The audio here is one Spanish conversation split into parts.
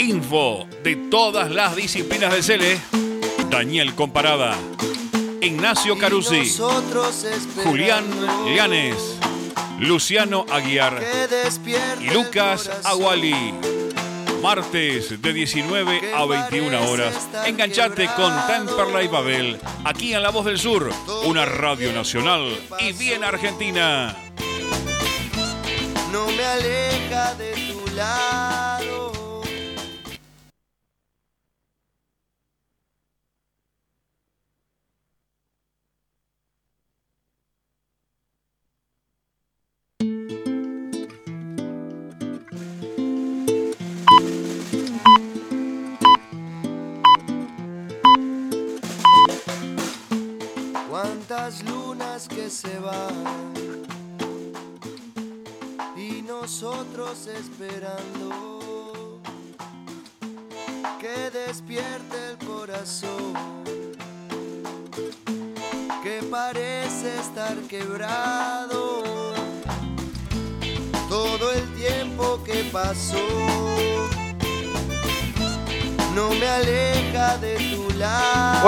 Info de todas las disciplinas del Cele. Daniel Comparada, Ignacio Carusi, Julián Llanes, Luciano Aguiar y Lucas Aguali. Martes de 19 a 21 horas. Enganchate con Temperley Babel, aquí en La Voz del Sur, una radio nacional y bien argentina. No me aleja de tu lado. Cuántas lunas que se van y nosotros esperando que despierte el corazón que parece estar quebrado. Todo el tiempo que pasó no me aleja de tu lado.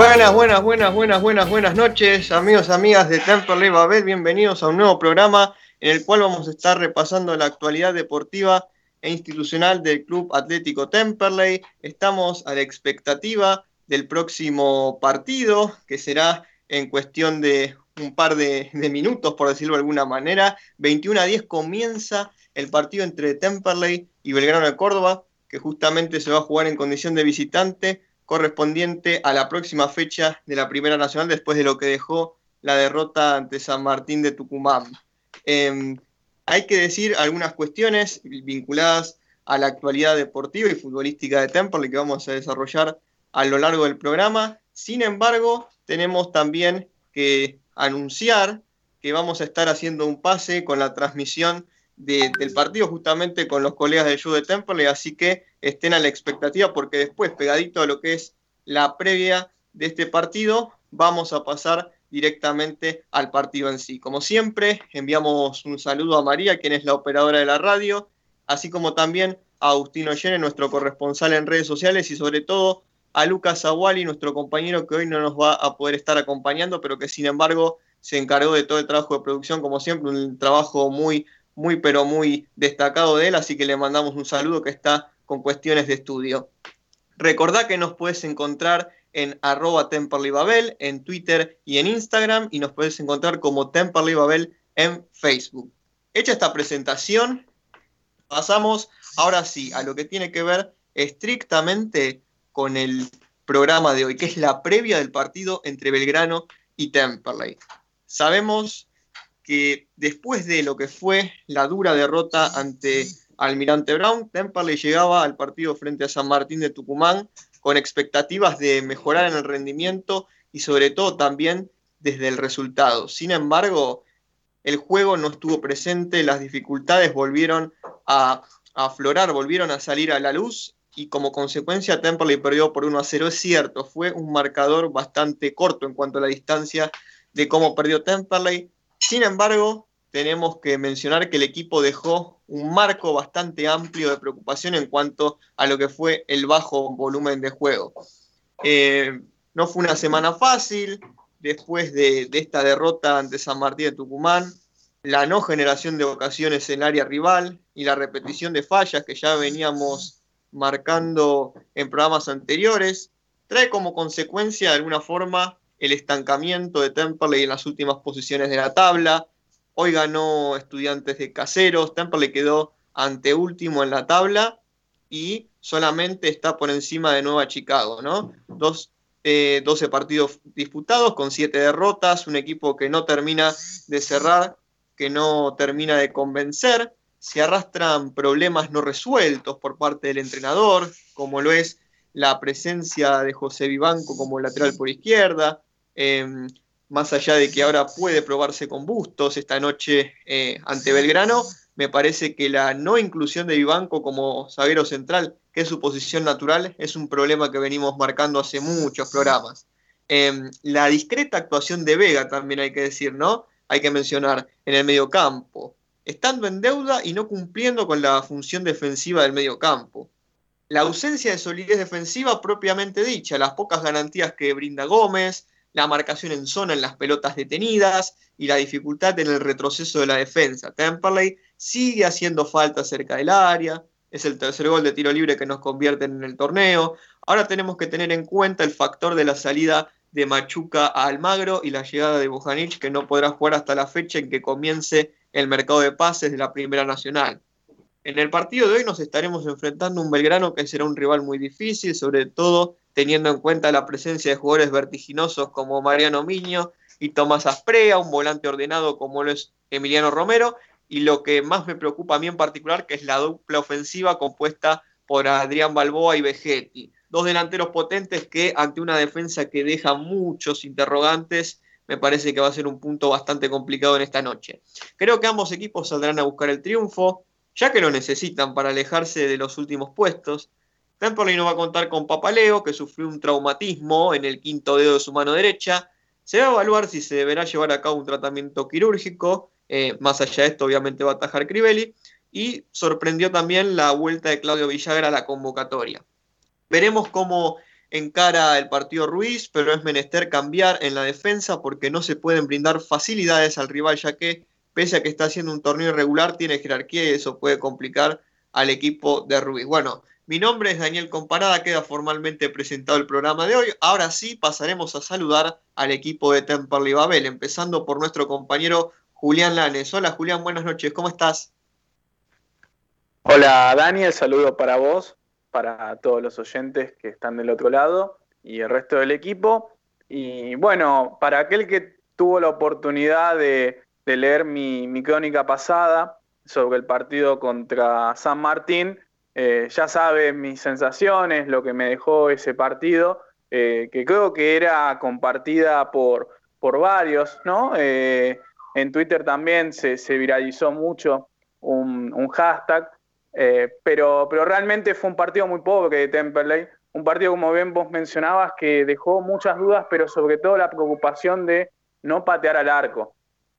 Buenas noches, amigos, amigas de Temperley Babel. Bienvenidos a un nuevo programa en el cual vamos a estar repasando la actualidad deportiva e institucional del Club Atlético Temperley. Estamos a la expectativa del próximo partido, que será en cuestión de un par de minutos, por decirlo de alguna manera. 21:10 comienza el partido entre Temperley y Belgrano de Córdoba, que justamente se va a jugar en condición de visitante, correspondiente a la próxima fecha de la Primera Nacional, después de lo que dejó la derrota ante San Martín de Tucumán. Hay que decir algunas cuestiones vinculadas a la actualidad deportiva y futbolística de Temperley que vamos a desarrollar a lo largo del programa. Sin embargo, tenemos también que anunciar que vamos a estar haciendo un pase con la transmisión del partido justamente con los colegas del show de Temperley, así que estén a la expectativa porque después, pegadito a lo que es la previa de este partido, vamos a pasar directamente al partido en sí. Como siempre, enviamos un saludo a María, quien es la operadora de la radio, así como también a Agustín Ollene, nuestro corresponsal en redes sociales, y sobre todo a Lucas Aguali, nuestro compañero que hoy no nos va a poder estar acompañando, pero que sin embargo se encargó de todo el trabajo de producción, como siempre, un trabajo muy destacado de él, así que le mandamos un saludo, que está con cuestiones de estudio. Recordá que nos puedes encontrar en @TemperleyBabel, en Twitter y en Instagram, y nos puedes encontrar como Temperley Babel en Facebook. Hecha esta presentación, pasamos ahora sí a lo que tiene que ver estrictamente con el programa de hoy, que es la previa del partido entre Belgrano y Temperley. Sabemos que después de lo que fue la dura derrota ante Almirante Brown, Temperley llegaba al partido frente a San Martín de Tucumán con expectativas de mejorar en el rendimiento y sobre todo también desde el resultado. Sin embargo, el juego no estuvo presente, las dificultades volvieron a aflorar, volvieron a salir a la luz, y como consecuencia Temperley perdió por 1-0. Es cierto, fue un marcador bastante corto en cuanto a la distancia de cómo perdió Temperley. Sin embargo, tenemos que mencionar que el equipo dejó un marco bastante amplio de preocupación en cuanto a lo que fue el bajo volumen de juego. No fue una semana fácil después de esta derrota ante San Martín de Tucumán, la no generación de ocasiones en el área rival y la repetición de fallas que ya veníamos marcando en programas anteriores, trae como consecuencia de alguna forma el estancamiento de Temperley en las últimas posiciones de la tabla. Hoy ganó Estudiantes de Caseros, Temperley quedó anteúltimo en la tabla y solamente está por encima de Nueva Chicago, ¿no? 12 partidos disputados con 7 derrotas, un equipo que no termina de cerrar, que no termina de convencer. Se arrastran problemas no resueltos por parte del entrenador, como lo es la presencia de José Vivanco como lateral por izquierda, más allá de que ahora puede probarse con Bustos esta noche ante Belgrano. Me parece que la no inclusión de Vivanco como zaguero central, que es su posición natural, es un problema que venimos marcando hace muchos programas. La discreta actuación de Vega también hay que decir, ¿no? Hay que mencionar en el mediocampo, estando en deuda y no cumpliendo con la función defensiva del mediocampo. La ausencia de solidez defensiva propiamente dicha, las pocas garantías que brinda Gómez, la marcación en zona en las pelotas detenidas y la dificultad en el retroceso de la defensa. Temperley sigue haciendo falta cerca del área, es el tercer gol de tiro libre que nos convierten en el torneo. Ahora tenemos que tener en cuenta el factor de la salida de Machuca a Almagro y la llegada de Bojanic, que no podrá jugar hasta la fecha en que comience el mercado de pases de la Primera Nacional. En el partido de hoy nos estaremos enfrentando a un Belgrano que será un rival muy difícil, sobre todo teniendo en cuenta la presencia de jugadores vertiginosos como Mariano Miño y Tomás Asprea, un volante ordenado como lo es Emiliano Romero, y lo que más me preocupa a mí en particular, que es la dupla ofensiva compuesta por Adrián Balboa y Vegetti. Dos delanteros potentes que ante una defensa que deja muchos interrogantes, me parece que va a ser un punto bastante complicado en esta noche. Creo que ambos equipos saldrán a buscar el triunfo, ya que lo necesitan para alejarse de los últimos puestos. Temperley no va a contar con Papaleo, que sufrió un traumatismo en el quinto dedo de su mano derecha. Se va a evaluar si se deberá llevar a cabo un tratamiento quirúrgico. Más allá de esto, obviamente va a atajar Crivelli. Y sorprendió también la vuelta de Claudio Villagra a la convocatoria. Veremos cómo encara el partido Ruiz, pero es menester cambiar en la defensa porque no se pueden brindar facilidades al rival, ya que pese a que está haciendo un torneo irregular, tiene jerarquía y eso puede complicar al equipo de Ruiz. Bueno, mi nombre es Daniel Comparada, queda formalmente presentado el programa de hoy. Ahora sí pasaremos a saludar al equipo de Temperley Babel, empezando por nuestro compañero Julián Lanes. Hola Julián, buenas noches, ¿cómo estás? Hola Daniel, saludo para vos, para todos los oyentes que están del otro lado y el resto del equipo. Y bueno, para aquel que tuvo la oportunidad de leer mi crónica pasada sobre el partido contra San Martín, ya sabe mis sensaciones, lo que me dejó ese partido, que creo que era compartida por varios, ¿no? En Twitter también se viralizó mucho un hashtag. Pero realmente fue un partido muy pobre de Temperley, un partido, como bien vos mencionabas, que dejó muchas dudas, pero sobre todo la preocupación de no patear al arco,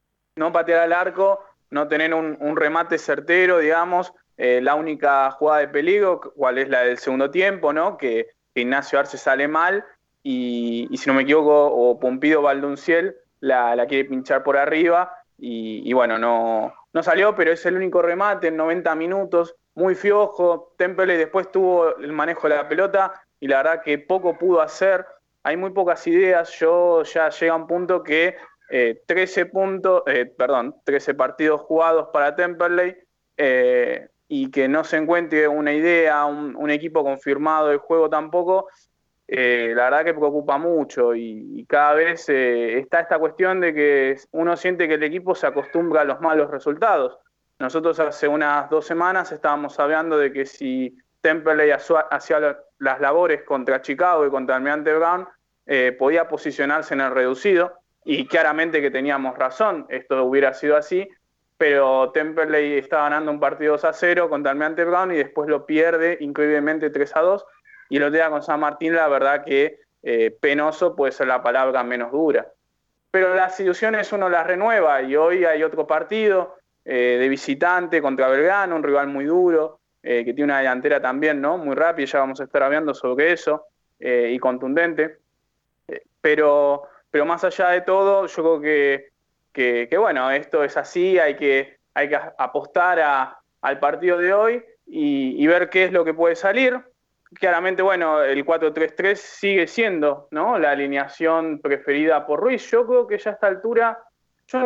no tener un remate certero, digamos. La única jugada de peligro, cual es la del segundo tiempo, ¿no? Que Ignacio Arce sale mal y si no me equivoco, o Pompido Valdunciel la quiere pinchar por arriba y bueno, no salió, pero es el único remate en 90 minutos, muy fiojo. Temperley después tuvo el manejo de la pelota y la verdad que poco pudo hacer. Hay muy pocas ideas. Yo ya llega a un punto que 13 partidos jugados para Temperley y que no se encuentre una idea, un equipo confirmado del juego tampoco. La verdad que preocupa mucho y cada vez está esta cuestión de que uno siente que el equipo se acostumbra a los malos resultados. Nosotros hace unas 2 semanas estábamos hablando de que si Temperley hacía las labores contra Chicago y contra Almirante Brown, podía posicionarse en el reducido, y claramente que teníamos razón, esto hubiera sido así, pero Temperley está ganando un partido 2-0 contra Almirante Brown y después lo pierde increíblemente 3-2, y el otro día con San Martín, la verdad que penoso puede ser la palabra menos dura. Pero las ilusiones uno las renueva y hoy hay otro partido de visitante contra Belgrano, un rival muy duro, que tiene una delantera también, ¿no? Muy rápida, ya vamos a estar hablando sobre eso, y contundente. Pero más allá de todo, yo creo que bueno, esto es así, hay que apostar al partido de hoy y ver qué es lo que puede salir. Claramente, bueno, el 4-3-3 sigue siendo, ¿no?, la alineación preferida por Ruiz. Yo creo que ya a esta altura yo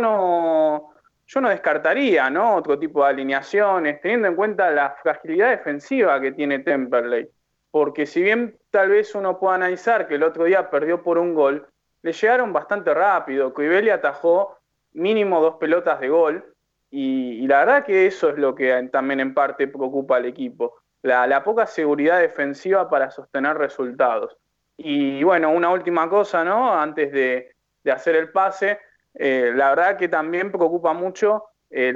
no descartaría, ¿no?, otro tipo de alineaciones, teniendo en cuenta la fragilidad defensiva que tiene Temperley. Porque si bien tal vez uno pueda analizar que el otro día perdió por un gol, le llegaron bastante rápido. Crivelli atajó mínimo 2 pelotas de gol y la verdad que eso es lo que también en parte preocupa al equipo. La poca seguridad defensiva para sostener resultados. Y bueno, una última cosa, ¿no?, antes de hacer el pase, la verdad que también preocupa mucho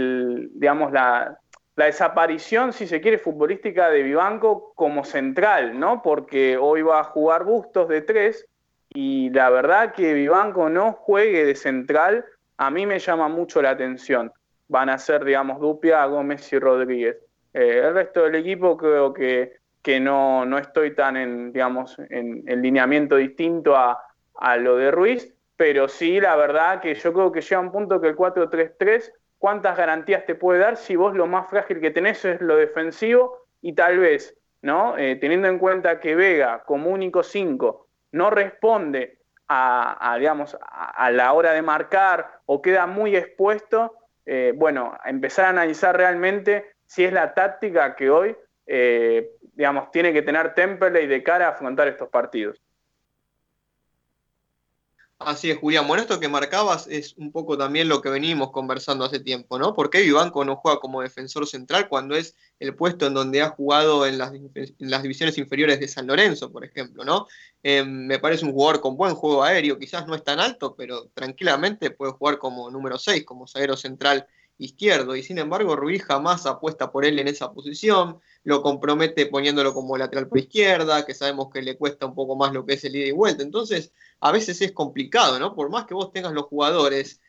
la desaparición, si se quiere, futbolística de Vivanco como central, ¿no? Porque hoy va a jugar Bustos de 3 y la verdad que Vivanco no juegue de central, a mí me llama mucho la atención. Van a ser, digamos, Dupia, Gómez y Rodríguez. El resto del equipo creo que que no estoy tan en lineamiento distinto a lo de Ruiz, pero sí, la verdad que yo creo que llega un punto que el 4-3-3, ¿cuántas garantías te puede dar si vos lo más frágil que tenés es lo defensivo? Y tal vez, ¿no? Teniendo en cuenta que Vega, como único 5, no responde a la hora de marcar o queda muy expuesto, empezar a analizar realmente si es la táctica que hoy, tiene que tener Temperley de cara a afrontar estos partidos. Así es, Julián. Bueno, esto que marcabas es un poco también lo que venimos conversando hace tiempo, ¿no? ¿Por qué Vivanco no juega como defensor central cuando es el puesto en donde ha jugado en las divisiones inferiores de San Lorenzo, por ejemplo, ¿no? Me parece un jugador con buen juego aéreo, quizás no es tan alto, pero tranquilamente puede jugar como número 6, como zaguero central izquierdo, y sin embargo Ruiz jamás apuesta por él en esa posición, lo compromete poniéndolo como lateral por izquierda, que sabemos que le cuesta un poco más lo que es el ida y vuelta. Entonces, a veces es complicado, ¿no? Por más que vos tengas los jugadores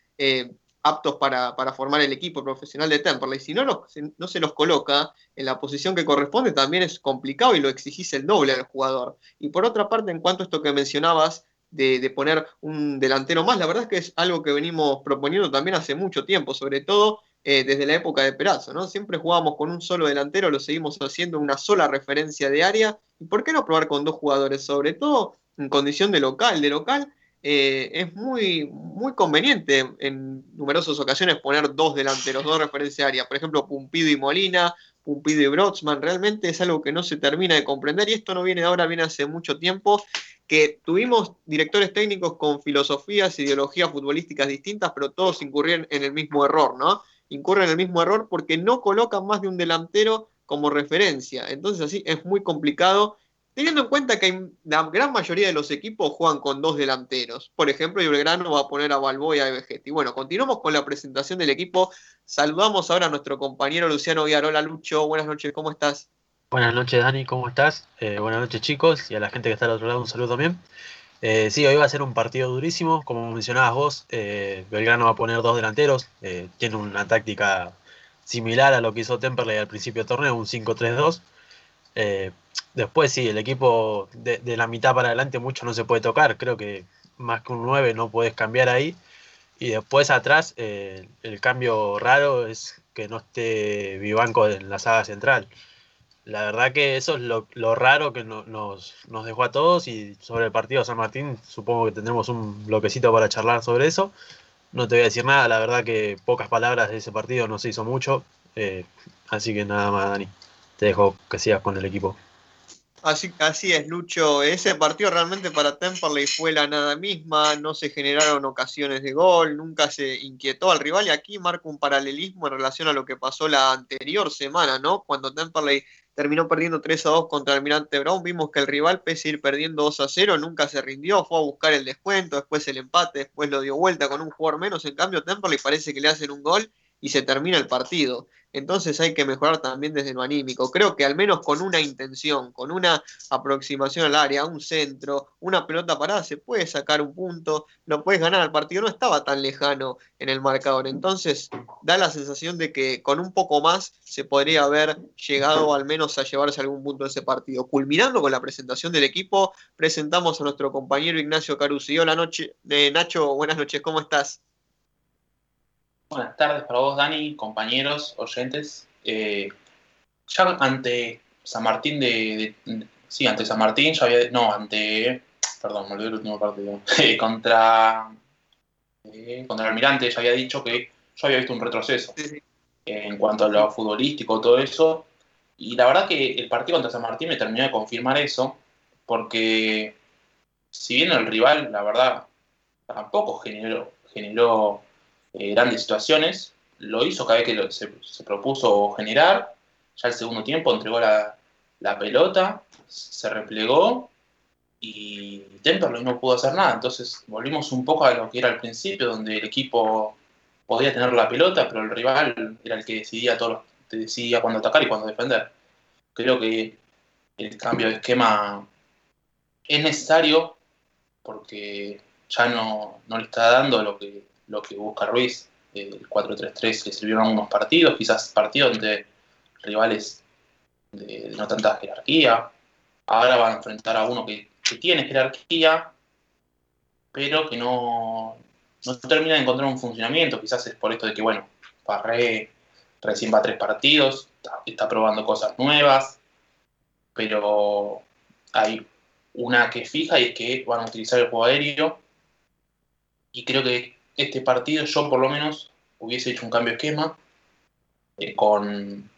aptos para formar el equipo profesional de Temperley, si no se los coloca en la posición que corresponde, también es complicado y lo exigís el doble al jugador. Y por otra parte, en cuanto a esto que mencionabas, de poner un delantero más, la verdad es que es algo que venimos proponiendo también hace mucho tiempo, sobre todo desde la época de Perazo, ¿no? Siempre jugábamos con un solo delantero, lo seguimos haciendo una sola referencia de área, y ¿por qué no probar con dos jugadores? Sobre todo en condición de local. De local es muy, muy conveniente en numerosas ocasiones poner dos delanteros, dos referencias de área, por ejemplo, Pumpido y Molina, Pumpido y Brotsman, realmente es algo que no se termina de comprender, y esto no viene de ahora, viene hace mucho tiempo, que tuvimos directores técnicos con filosofías, ideologías futbolísticas distintas, pero todos incurrían en el mismo error, ¿no? Incurren en el mismo error porque no colocan más de un delantero como referencia. Entonces así es muy complicado, teniendo en cuenta que la gran mayoría de los equipos juegan con dos delanteros. Por ejemplo, Belgrano va a poner a Balboa y a Vegetti. Bueno, continuamos con la presentación del equipo. Saludamos ahora a nuestro compañero Luciano Aguiar. Hola Lucho, buenas noches, ¿cómo estás? Buenas noches, Dani, ¿cómo estás? Buenas noches, chicos, y a la gente que está al otro lado un saludo también. Sí, hoy va a ser un partido durísimo, como mencionabas vos. Belgrano va a poner dos delanteros, tiene una táctica similar a lo que hizo Temperley al principio del torneo, un 5-3-2. Eh, Después sí, el equipo de la mitad para adelante mucho no se puede tocar, creo que más que un 9 no puedes cambiar ahí. Y después atrás, el cambio raro es que no esté Vivanco en la saga central. La verdad que eso es lo raro que nos dejó a todos, y sobre el partido de San Martín supongo que tendremos un bloquecito para charlar sobre eso. No te voy a decir nada, la verdad que pocas palabras de ese partido, no se hizo mucho, así que nada más, Dani, te dejo que sigas con el equipo. Así es, Lucho. Ese partido realmente para Temperley fue la nada misma, no se generaron ocasiones de gol, nunca se inquietó al rival, y aquí marco un paralelismo en relación a lo que pasó la anterior semana, ¿no? Cuando Temperley terminó perdiendo 3-2 contra el Almirante Brown, vimos que el rival, pese a ir perdiendo 2-0, nunca se rindió, fue a buscar el descuento, después el empate, después lo dio vuelta con un jugador menos. En cambio, Temperley parece que le hacen un gol y se termina el partido. Entonces hay que mejorar también desde lo anímico. Creo que al menos con una intención, con una aproximación al área, un centro, una pelota parada, se puede sacar un punto, lo puedes ganar. El partido no estaba tan lejano en el marcador. Entonces da la sensación de que con un poco más se podría haber llegado al menos a llevarse algún punto de ese partido. Culminando con la presentación del equipo, presentamos a nuestro compañero Ignacio Carusi. Hola Nacho, buenas noches, ¿cómo estás? Buenas tardes para vos, Dani, compañeros, oyentes. Ya ante San Martín ante San Martín ya había... No, perdón, me olvidé el último partido. Contra el Almirante ya había dicho que yo había visto un retroceso en cuanto a lo futbolístico, todo eso. Y la verdad que el partido contra San Martín me terminó de confirmar eso, porque si bien el rival, la verdad, tampoco generó grandes situaciones, lo hizo cada vez que se propuso generar. Ya el segundo tiempo entregó la pelota, se replegó y Temperley no pudo hacer nada. Entonces volvimos un poco a lo que era al principio, donde el equipo podía tener la pelota, pero el rival era el que decidía cuándo atacar y cuándo defender. Creo que el cambio de esquema es necesario porque ya no le está dando lo que busca Ruiz. El 4-3-3 le sirvieron algunos partidos, quizás partidos donde rivales de no tanta jerarquía. Ahora van a enfrentar a uno que tiene jerarquía, pero que no termina de encontrar un funcionamiento. Quizás es por esto de que, bueno, Farré recién va a 3 partidos, está probando cosas nuevas, pero hay una que es fija y es que van a utilizar el juego aéreo. Y creo que este partido yo por lo menos hubiese hecho un cambio de esquema con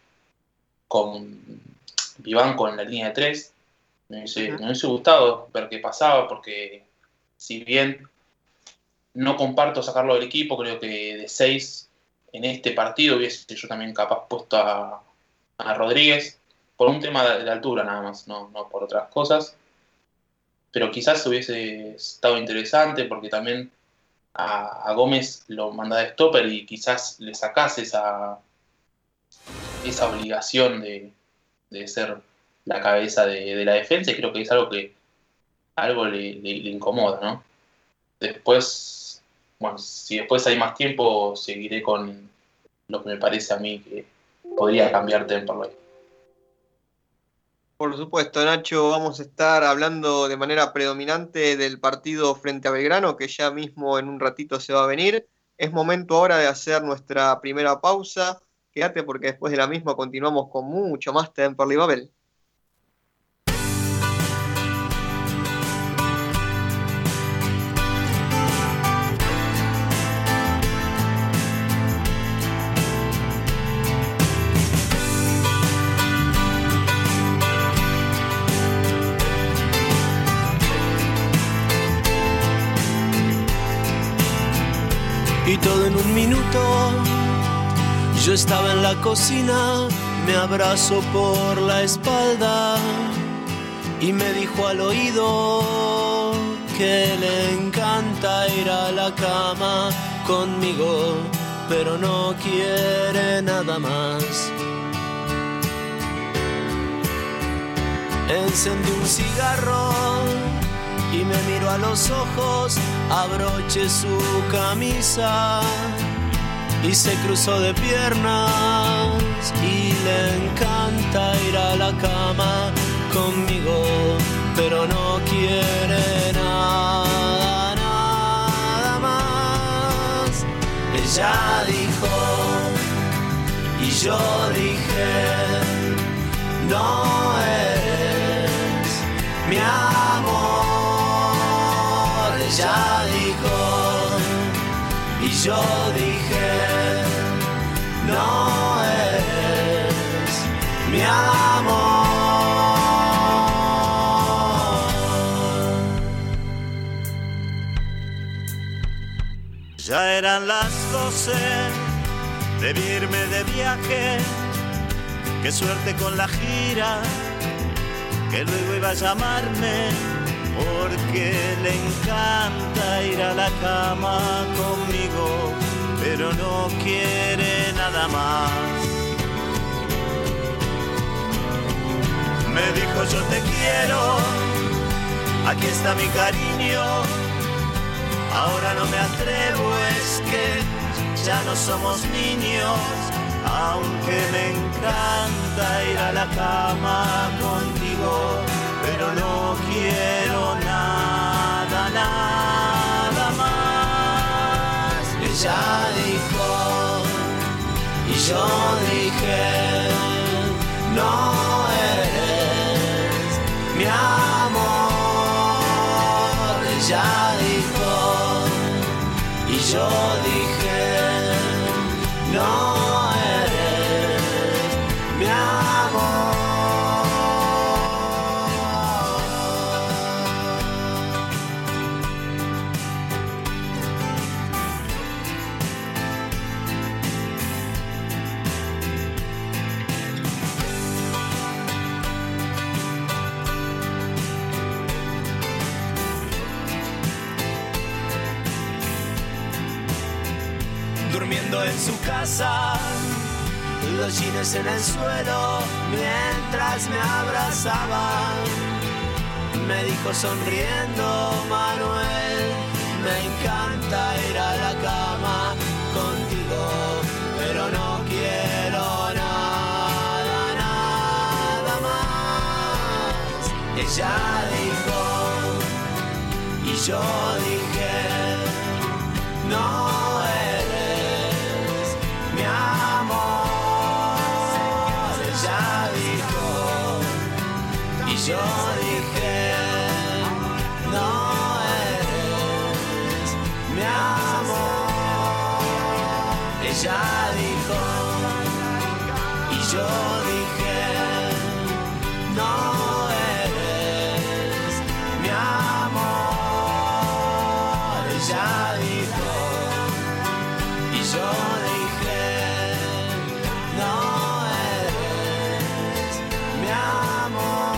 Vivanco en la línea de 3. Me hubiese gustado ver qué pasaba, porque si bien no comparto sacarlo del equipo, creo que de 6 en este partido hubiese yo también capaz puesto a Rodríguez, por un tema de altura nada más, no por otras cosas. Pero quizás hubiese estado interesante, porque también a Gómez lo manda de stopper y quizás le sacás esa obligación de ser la cabeza de la defensa, y creo que es algo que le incomoda, ¿no? Después, bueno, si después hay más tiempo, seguiré con lo que me parece a mí que podría cambiar Temperley. Por supuesto, Nacho, vamos a estar hablando de manera predominante del partido frente a Belgrano, que ya mismo en un ratito se va a venir. Es momento ahora de hacer nuestra primera pausa. Quédate, porque después de la misma continuamos con mucho más Temperley Babel. Y todo en un minuto, yo estaba en la cocina, me abrazó por la espalda y me dijo al oído que le encanta ir a la cama conmigo, pero no quiere nada más. Encendí un cigarro y me miró a los ojos, abroché su camisa y se cruzó de piernas y le encanta ir a la cama conmigo, pero no quiere nada más. Ella dijo y yo dije, no eres mi amor. Ella dijo y yo dije, no eres mi amor. Ya eran las 12, debí irme de viaje, qué suerte con la gira, que luego iba a llamarme, porque le encanta ir a la cama conmigo, pero no quiere nada más. Me dijo yo te quiero, aquí está mi cariño, ahora no me atrevo, es que ya no somos niños, aunque me encanta ir a la cama contigo, pero no quiero nada más. Ella dijo y yo dije, no eres mi amor. Ella dijo y yo dije, no eres mi amor. Durmiendo en su casa, los jeans en el suelo, mientras me abrazaban, me dijo sonriendo, Manuel, me encanta ir a la cama contigo, pero no quiero nada Ella dijo, y yo dije, no eres mi amor. Ella dijo, y yo dije, no eres mi amor. Ella dijo, y yo dije, no eres mi amor. Ella dijo, y yo dije, no eres mi amor.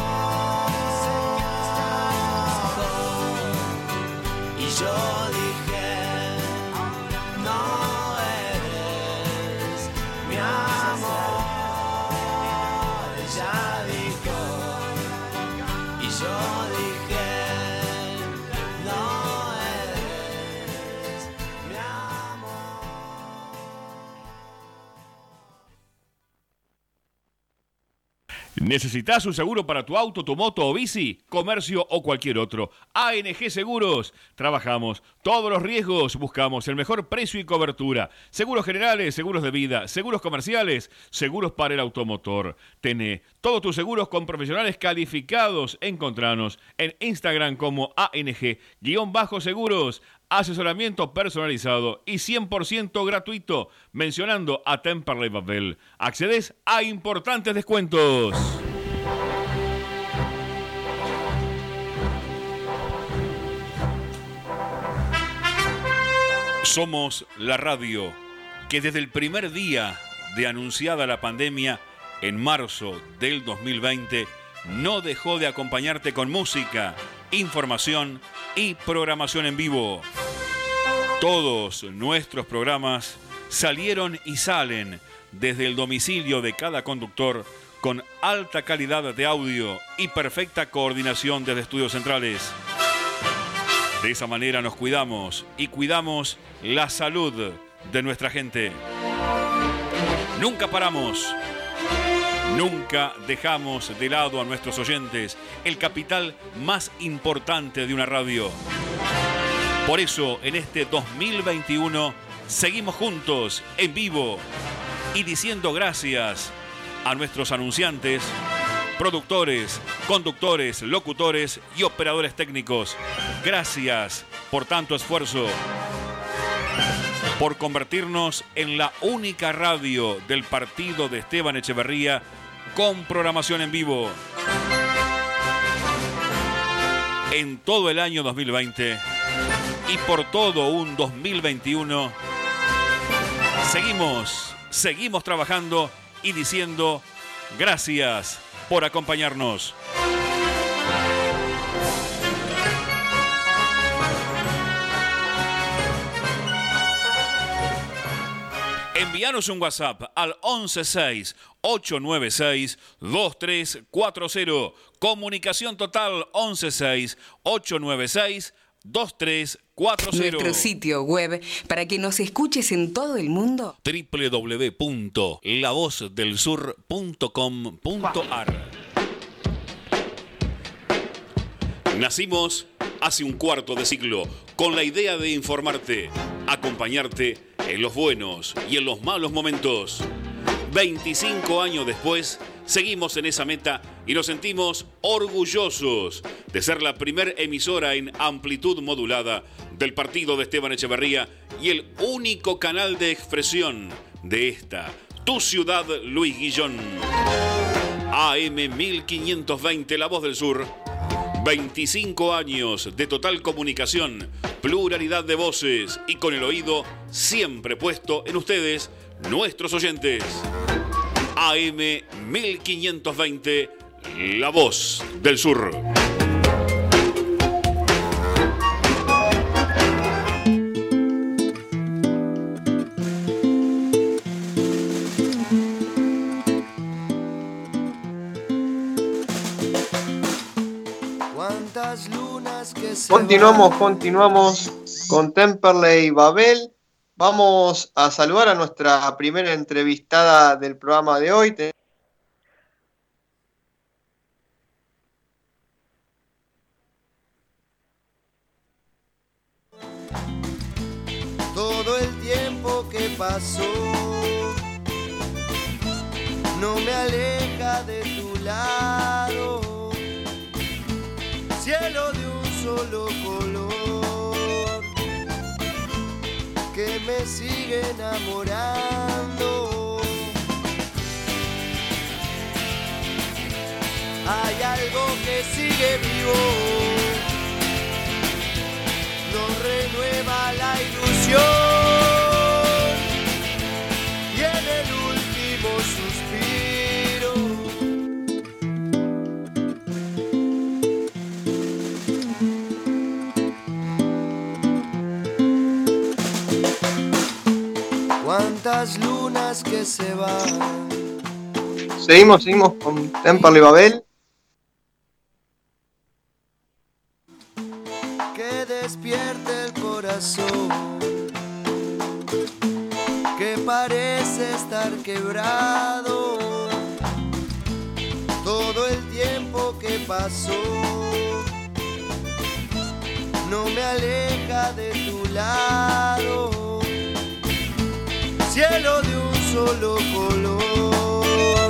Y yo dije, no eres mi amor. Ella dijo, y yo dije, no eres mi amor. ¿Necesitas un seguro para tu auto, tu moto o bici, comercio o cualquier otro? ANG Seguros. Trabajamos todos los riesgos, buscamos el mejor precio y cobertura. Seguros generales, seguros de vida, seguros comerciales, seguros para el automotor. Tené todos tus seguros con profesionales calificados. Encontranos en Instagram como ANG-seguros. Asesoramiento personalizado y 100% gratuito. Mencionando a Temperley Babel, accedes a importantes descuentos. Somos la radio que desde el primer día de anunciada la pandemia, en marzo del 2020, no dejó de acompañarte con música, información y programación en vivo. Todos nuestros programas salieron y salen desde el domicilio de cada conductor con alta calidad de audio y perfecta coordinación desde estudios centrales. De esa manera nos cuidamos y cuidamos la salud de nuestra gente. Nunca paramos. Nunca dejamos de lado a nuestros oyentes, el capital más importante de una radio. Por eso, en este 2021, seguimos juntos, en vivo, y diciendo gracias a nuestros anunciantes, productores, conductores, locutores y operadores técnicos. Gracias por tanto esfuerzo, por convertirnos en la única radio del partido de Esteban Echeverría con programación en vivo. En todo el año 2020 y por todo un 2021, seguimos trabajando y diciendo gracias por acompañarnos. Envíanos un WhatsApp al 116-896-2340. Comunicación total 116-896-2340. Nuestro sitio web para que nos escuches en todo el mundo. www.lavozdelsur.com.ar. Nacimos hace un cuarto de siglo con la idea de informarte, acompañarte en los buenos y en los malos momentos. 25 años después, seguimos en esa meta y nos sentimos orgullosos de ser la primer emisora en amplitud modulada del partido de Esteban Echeverría y el único canal de expresión de esta, tu ciudad, Luis Guillón. AM 1520, La Voz del Sur. 25 años de total comunicación, pluralidad de voces y con el oído siempre puesto en ustedes, nuestros oyentes. AM 1520, La Voz del Sur. Continuamos con Temperley Babel. Vamos a saludar a nuestra primera entrevistada del programa de hoy. pasó no me aleja de tu lado. Cielo de un solo color que me sigue enamorando. Hay algo que sigue vivo, nos renueva la ilusión y en el último suspiro cuántas lunas que se van. Seguimos con Temperley Babel. Que despierte el corazón, que parece estar quebrado. Todo el tiempo que pasó no me aleja de tu lado. Cielo de un solo color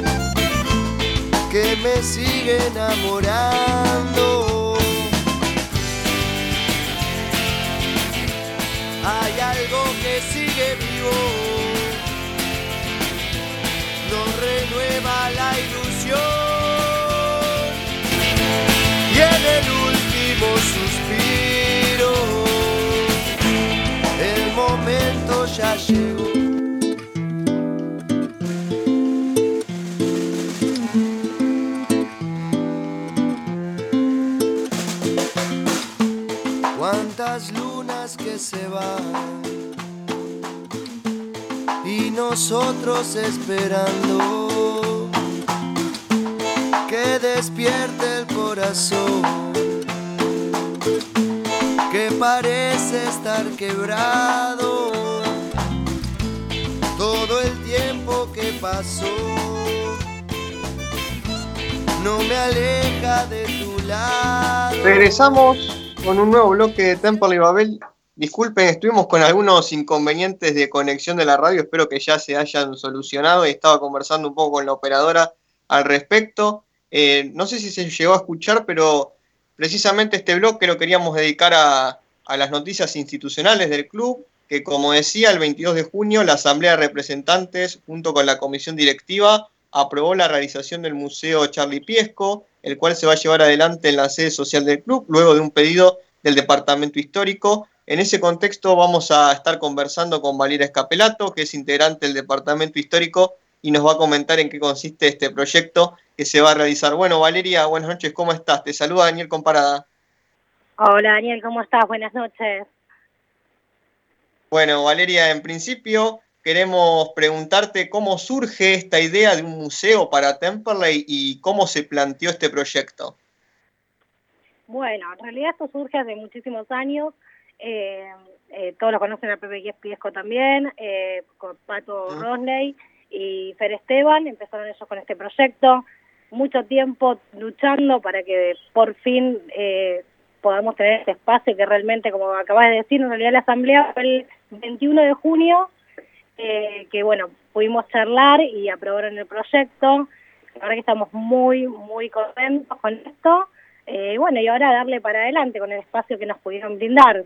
que me sigue enamorando. Hay algo que sigue vivo, nos renueva la ilusión y en el último suspiro el momento ya llegó. Cuántas lunas que se van y nosotros esperando que despierte el corazón, que parece estar quebrado. Todo el tiempo que pasó no me aleja de tu lado. Regresamos con un nuevo bloque de Temperley Babel. Disculpen, estuvimos con algunos inconvenientes de conexión de la radio, espero que ya se hayan solucionado y estaba conversando un poco con la operadora al respecto. No sé si se llegó a escuchar, pero precisamente este bloque lo queríamos dedicar a las noticias institucionales del club, que como decía, el 22 de junio la Asamblea de Representantes, junto con la Comisión Directiva, aprobó la realización del Museo Charlie Piesco, el cual se va a llevar adelante en la sede social del club, luego de un pedido del Departamento Histórico. En ese contexto vamos a estar conversando con Valeria Escapelato, que es integrante del Departamento Histórico, y nos va a comentar en qué consiste este proyecto que se va a realizar. Bueno, Valeria, buenas noches, ¿cómo estás? Te saluda Daniel Comparada. Hola Daniel, ¿cómo estás? Buenas noches. Bueno, Valeria, en principio queremos preguntarte cómo surge esta idea de un museo para Temperley y cómo se planteó este proyecto. Bueno, en realidad esto surge hace muchísimos años. Todos lo conocen a Pepe Piesco también, con Pato Rosley y Fer Esteban. Empezaron ellos con este proyecto. Mucho tiempo luchando para que por fin podamos tener este espacio que realmente, como acabas de decir, en realidad la asamblea fue el 21 de junio, que bueno, pudimos charlar y aprobaron el proyecto. La verdad que estamos muy, muy contentos con esto. Bueno, y ahora darle para adelante con el espacio que nos pudieron brindar.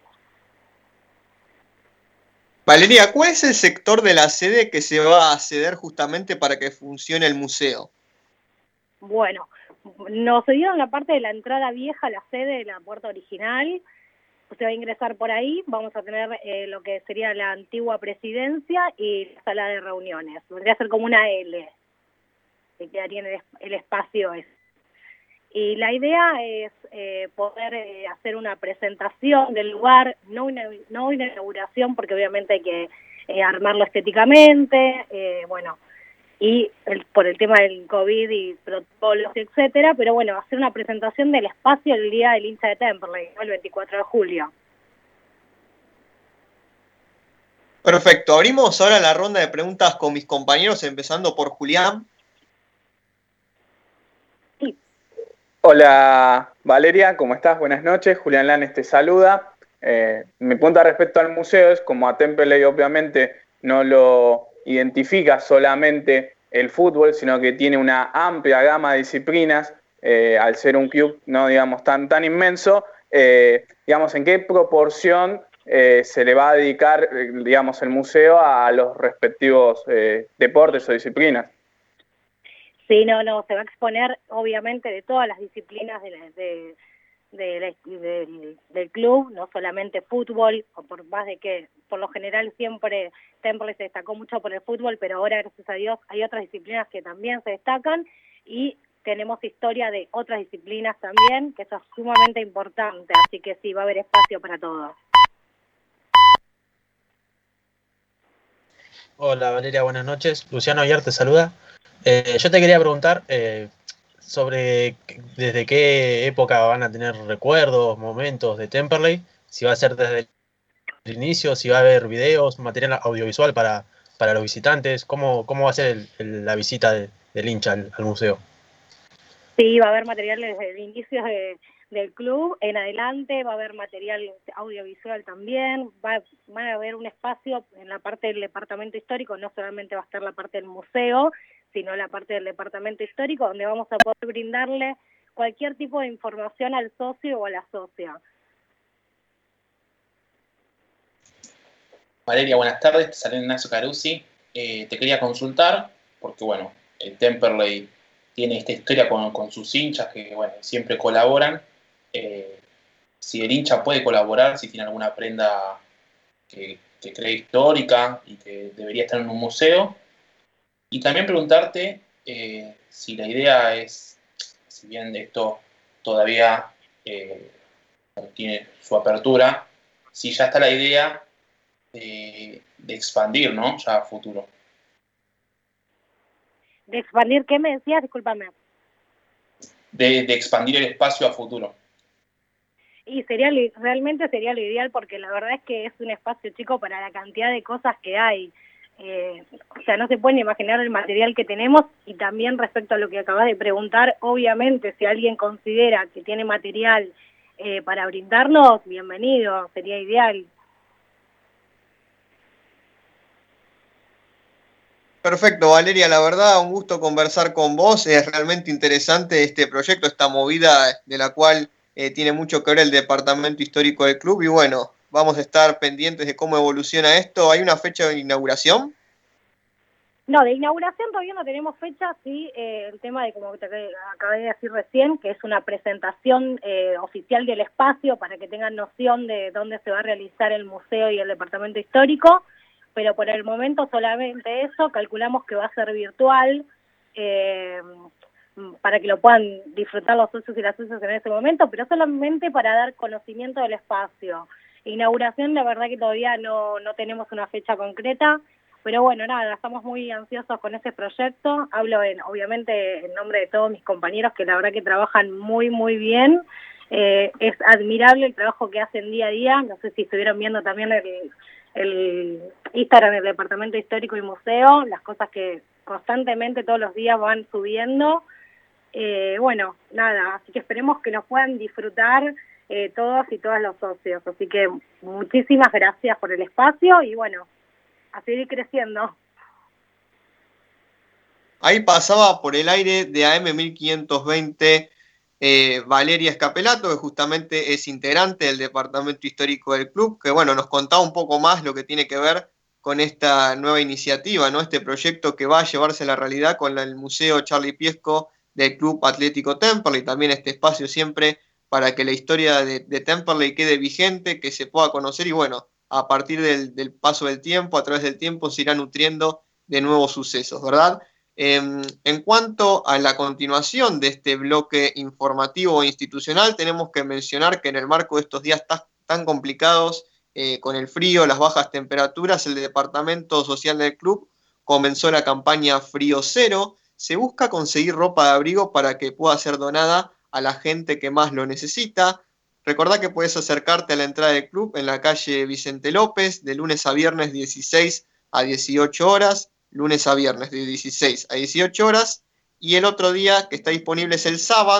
Valeria, ¿cuál es el sector de la sede que se va a ceder justamente para que funcione el museo? Bueno, nos cedieron la parte de la entrada vieja, la sede de la puerta original. Usted va a ingresar por ahí, vamos a tener lo que sería la antigua presidencia y la sala de reuniones. Vendría a ser como una L, que quedaría en el espacio ese. Y la idea es poder hacer una presentación del lugar, no una inauguración, porque obviamente hay que armarlo estéticamente, bueno, y por el tema del COVID y protocolos, etcétera, pero bueno, hacer una presentación del espacio el día del hincha de Temperley, ¿no? El 24 de julio. Perfecto, abrimos ahora la ronda de preguntas con mis compañeros, empezando por Julián. Hola Valeria, ¿cómo estás? Buenas noches, Julián Lanes te saluda. Mi punto respecto al museo es, como a Temperley obviamente no lo identifica solamente el fútbol, sino que tiene una amplia gama de disciplinas, al ser un club, no digamos tan inmenso, digamos, ¿en qué proporción se le va a dedicar, digamos, el museo a los respectivos deportes o disciplinas? Sí, no, se va a exponer obviamente de todas las disciplinas del club, no solamente fútbol, o por más de que por lo general siempre Temperley se destacó mucho por el fútbol, pero ahora gracias a Dios hay otras disciplinas que también se destacan y tenemos historia de otras disciplinas también, que eso es sumamente importante, así que sí, va a haber espacio para todos. Hola Valeria, buenas noches. Luciano Aguiar te saluda. Yo te quería preguntar sobre desde qué época van a tener recuerdos, momentos de Temperley, si va a ser desde el inicio, si va a haber videos, material audiovisual para los visitantes, cómo va a ser la visita del hincha al museo. Sí, va a haber material desde el inicio del club en adelante, va a haber material audiovisual también, va a haber un espacio en la parte del departamento histórico, no solamente va a estar la parte del museo, sino la parte del departamento histórico, donde vamos a poder brindarle cualquier tipo de información al socio o a la socia. Valeria, buenas tardes, te saluda Ignacio Carusi. Te quería consultar, porque bueno, Temperley tiene esta historia con sus hinchas que bueno, siempre colaboran. Si el hincha puede colaborar, si tiene alguna prenda que cree histórica y que debería estar en un museo. Y también preguntarte si la idea es, si bien esto todavía tiene su apertura, si ya está la idea de expandir, ¿no? Ya a futuro. ¿De expandir qué me decías? Discúlpame. De expandir el espacio a futuro. Y realmente sería lo ideal, porque la verdad es que es un espacio chico para la cantidad de cosas que hay. O sea, no se pueden imaginar el material que tenemos. Y también respecto a lo que acabas de preguntar, obviamente si alguien considera que tiene material para brindarnos, bienvenido, sería ideal. Perfecto, Valeria, la verdad, un gusto conversar con vos. Es realmente interesante este proyecto, esta movida de la cual tiene mucho que ver el departamento histórico del club. Y bueno, vamos a estar pendientes de cómo evoluciona esto. ¿Hay una fecha de inauguración? No, de inauguración todavía no tenemos fecha, sí, el tema de, como te acabé de decir recién, que es una presentación oficial del espacio para que tengan noción de dónde se va a realizar el museo y el departamento histórico. Pero por el momento solamente eso, calculamos que va a ser virtual, para que lo puedan disfrutar los socios y las socias en ese momento, pero solamente para dar conocimiento del espacio. Inauguración, la verdad que todavía no tenemos una fecha concreta, pero bueno, nada, estamos muy ansiosos con ese proyecto. Hablo obviamente en nombre de todos mis compañeros, que la verdad que trabajan muy, muy bien. Es admirable el trabajo que hacen día a día. No sé si estuvieron viendo también el Instagram del Departamento Histórico y Museo, las cosas que constantemente todos los días van subiendo. Bueno, nada, así que esperemos que nos puedan disfrutar todos y todas los socios. Así que muchísimas gracias por el espacio y bueno, a seguir creciendo. Ahí pasaba por el aire de AM 1520 Valeria Escapelato, que justamente es integrante del departamento histórico del club, que bueno, nos contaba un poco más lo que tiene que ver con esta nueva iniciativa, ¿no? Este proyecto que va a llevarse a la realidad con el Museo Charlie Piesco del Club Atlético Temperley, también este espacio siempre para que la historia de Temperley quede vigente, que se pueda conocer y bueno, a partir del paso del tiempo, a través del tiempo, se irá nutriendo de nuevos sucesos, ¿verdad? En cuanto a la continuación de este bloque informativo e institucional, tenemos que mencionar que en el marco de estos días tan complicados, con el frío, las bajas temperaturas, el departamento social del club comenzó la campaña Frío Cero. Se busca conseguir ropa de abrigo para que pueda ser donada a la gente que más lo necesita. Recordá que puedes acercarte a la entrada del club en la calle Vicente López, de lunes a viernes 16 a 18 horas, lunes a viernes de 16 a 18 horas, y el otro día que está disponible es el sábado,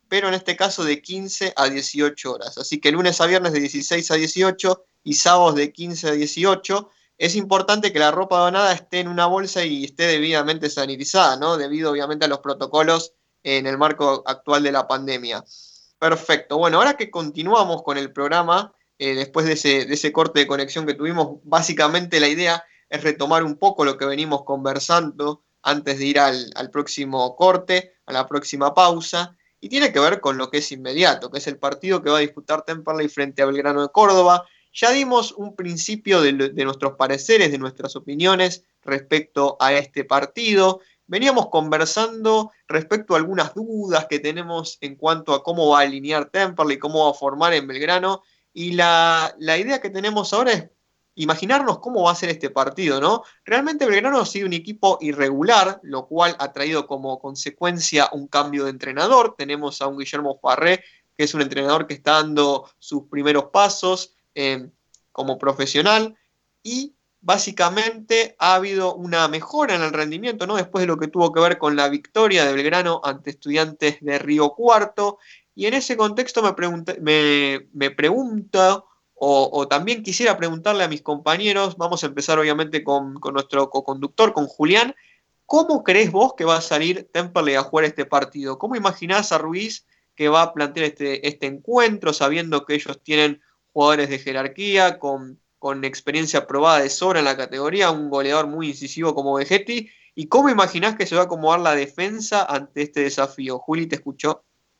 pero en este caso de 15 a 18 horas. Así que lunes a viernes de 16 a 18 y sábados de 15 a 18. Es importante que la ropa donada esté en una bolsa y esté debidamente sanitizada, ¿no? Debido obviamente a los protocolos en el marco actual de la pandemia. Perfecto. Bueno, ahora que continuamos con el programa, después de ese corte de conexión que tuvimos, básicamente la idea es retomar un poco lo que venimos conversando antes de ir al próximo corte, a la próxima pausa, y tiene que ver con lo que es inmediato, que es el partido que va a disputar Temperley frente a Belgrano de Córdoba. Ya dimos un principio de nuestros pareceres, de nuestras opiniones respecto a este partido. Veníamos conversando respecto a algunas dudas que tenemos en cuanto a cómo va a alinear Temperley, cómo va a formar en Belgrano, y la idea que tenemos ahora es imaginarnos cómo va a ser este partido, ¿no? Realmente Belgrano ha sido un equipo irregular, lo cual ha traído como consecuencia un cambio de entrenador. Tenemos a un Guillermo Farré, que es un entrenador que está dando sus primeros pasos como profesional, y básicamente ha habido una mejora en el rendimiento, ¿no? Después de lo que tuvo que ver con la victoria de Belgrano ante Estudiantes de Río Cuarto, y en ese contexto me pregunto, o también quisiera preguntarle a mis compañeros, vamos a empezar obviamente con nuestro coconductor, con Julián, ¿cómo crees vos que va a salir Temperley a jugar este partido? ¿Cómo imaginás a Ruiz que va a plantear este encuentro, sabiendo que ellos tienen jugadores de jerarquía, con experiencia probada de sobra en la categoría, un goleador muy incisivo como Vegetti? ¿Y cómo imaginás que se va a acomodar la defensa ante este desafío? Juli, te escuchó.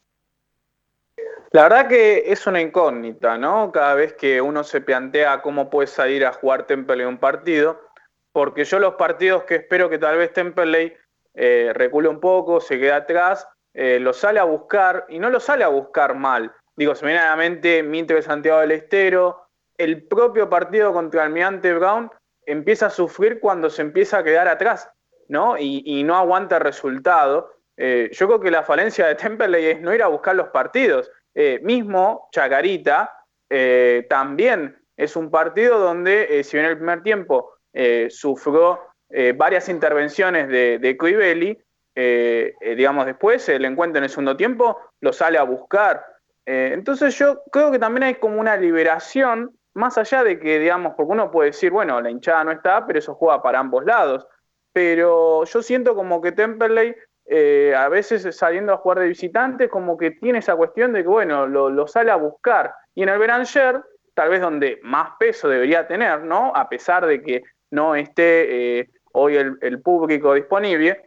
La verdad que es una incógnita, ¿no? Cada vez que uno se plantea cómo puede salir a jugar Temperley un partido, porque yo los partidos que espero que tal vez Temperley recule un poco, se quede atrás, lo sale a buscar, y no lo sale a buscar mal. Digo, se me viene a la mente Mitre de Santiago del Estero, el propio partido contra Almirante Brown empieza a sufrir cuando se empieza a quedar atrás, ¿no? Y no aguanta el resultado. Yo creo que la falencia de Temperley es no ir a buscar los partidos. Mismo Chacarita también es un partido donde, si bien el primer tiempo sufrió varias intervenciones de Crivelli, digamos después el encuentro en el segundo tiempo lo sale a buscar. Entonces yo creo que también hay como una liberación, más allá de que, digamos, porque uno puede decir, bueno, la hinchada no está, pero eso juega para ambos lados. Pero yo siento como que Temperley a veces saliendo a jugar de visitante, como que tiene esa cuestión de que, bueno, lo sale a buscar. Y en el Beranger, tal vez donde más peso debería tener, ¿no? A pesar de que no esté hoy el público disponible,